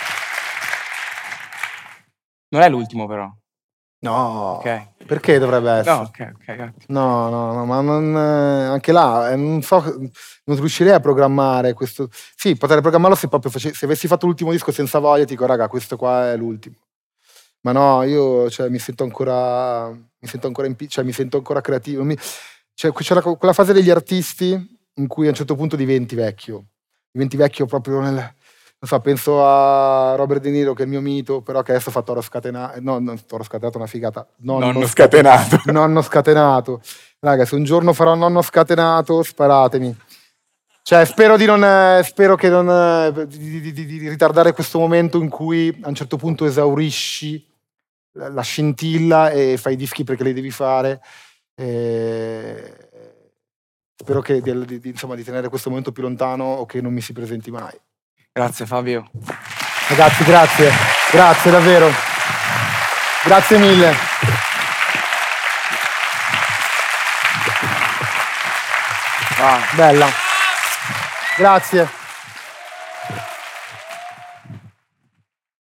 Non è l'ultimo però. No, Ok. perché dovrebbe essere? No, ok, grazie. No, ma non, anche là, non so, non riuscirei a programmare questo. Sì, potrei programmarlo se proprio se avessi fatto l'ultimo disco senza voglia, ti dico, raga, questo qua è l'ultimo. Ma no, io, cioè, mi sento ancora cioè, mi sento ancora creativo. Cioè, c'è quella fase degli artisti in cui a un certo punto diventi vecchio proprio non so, penso a Robert De Niro, che è il mio mito, però che adesso fa Toro Scatenato. No, Toro Scatenato è una figata. Nonno Scatenato. Nonno Scatenato. Raga, se un giorno farò Nonno Scatenato, sparatemi. Cioè, spero di ritardare questo momento in cui a un certo punto esaurisci la scintilla e fai i dischi perché li devi fare. Spero che insomma, di tenere questo momento più lontano o che non mi si presenti mai. Grazie Fabio. Ragazzi, grazie davvero. Grazie mille. Wow. Bella. Grazie.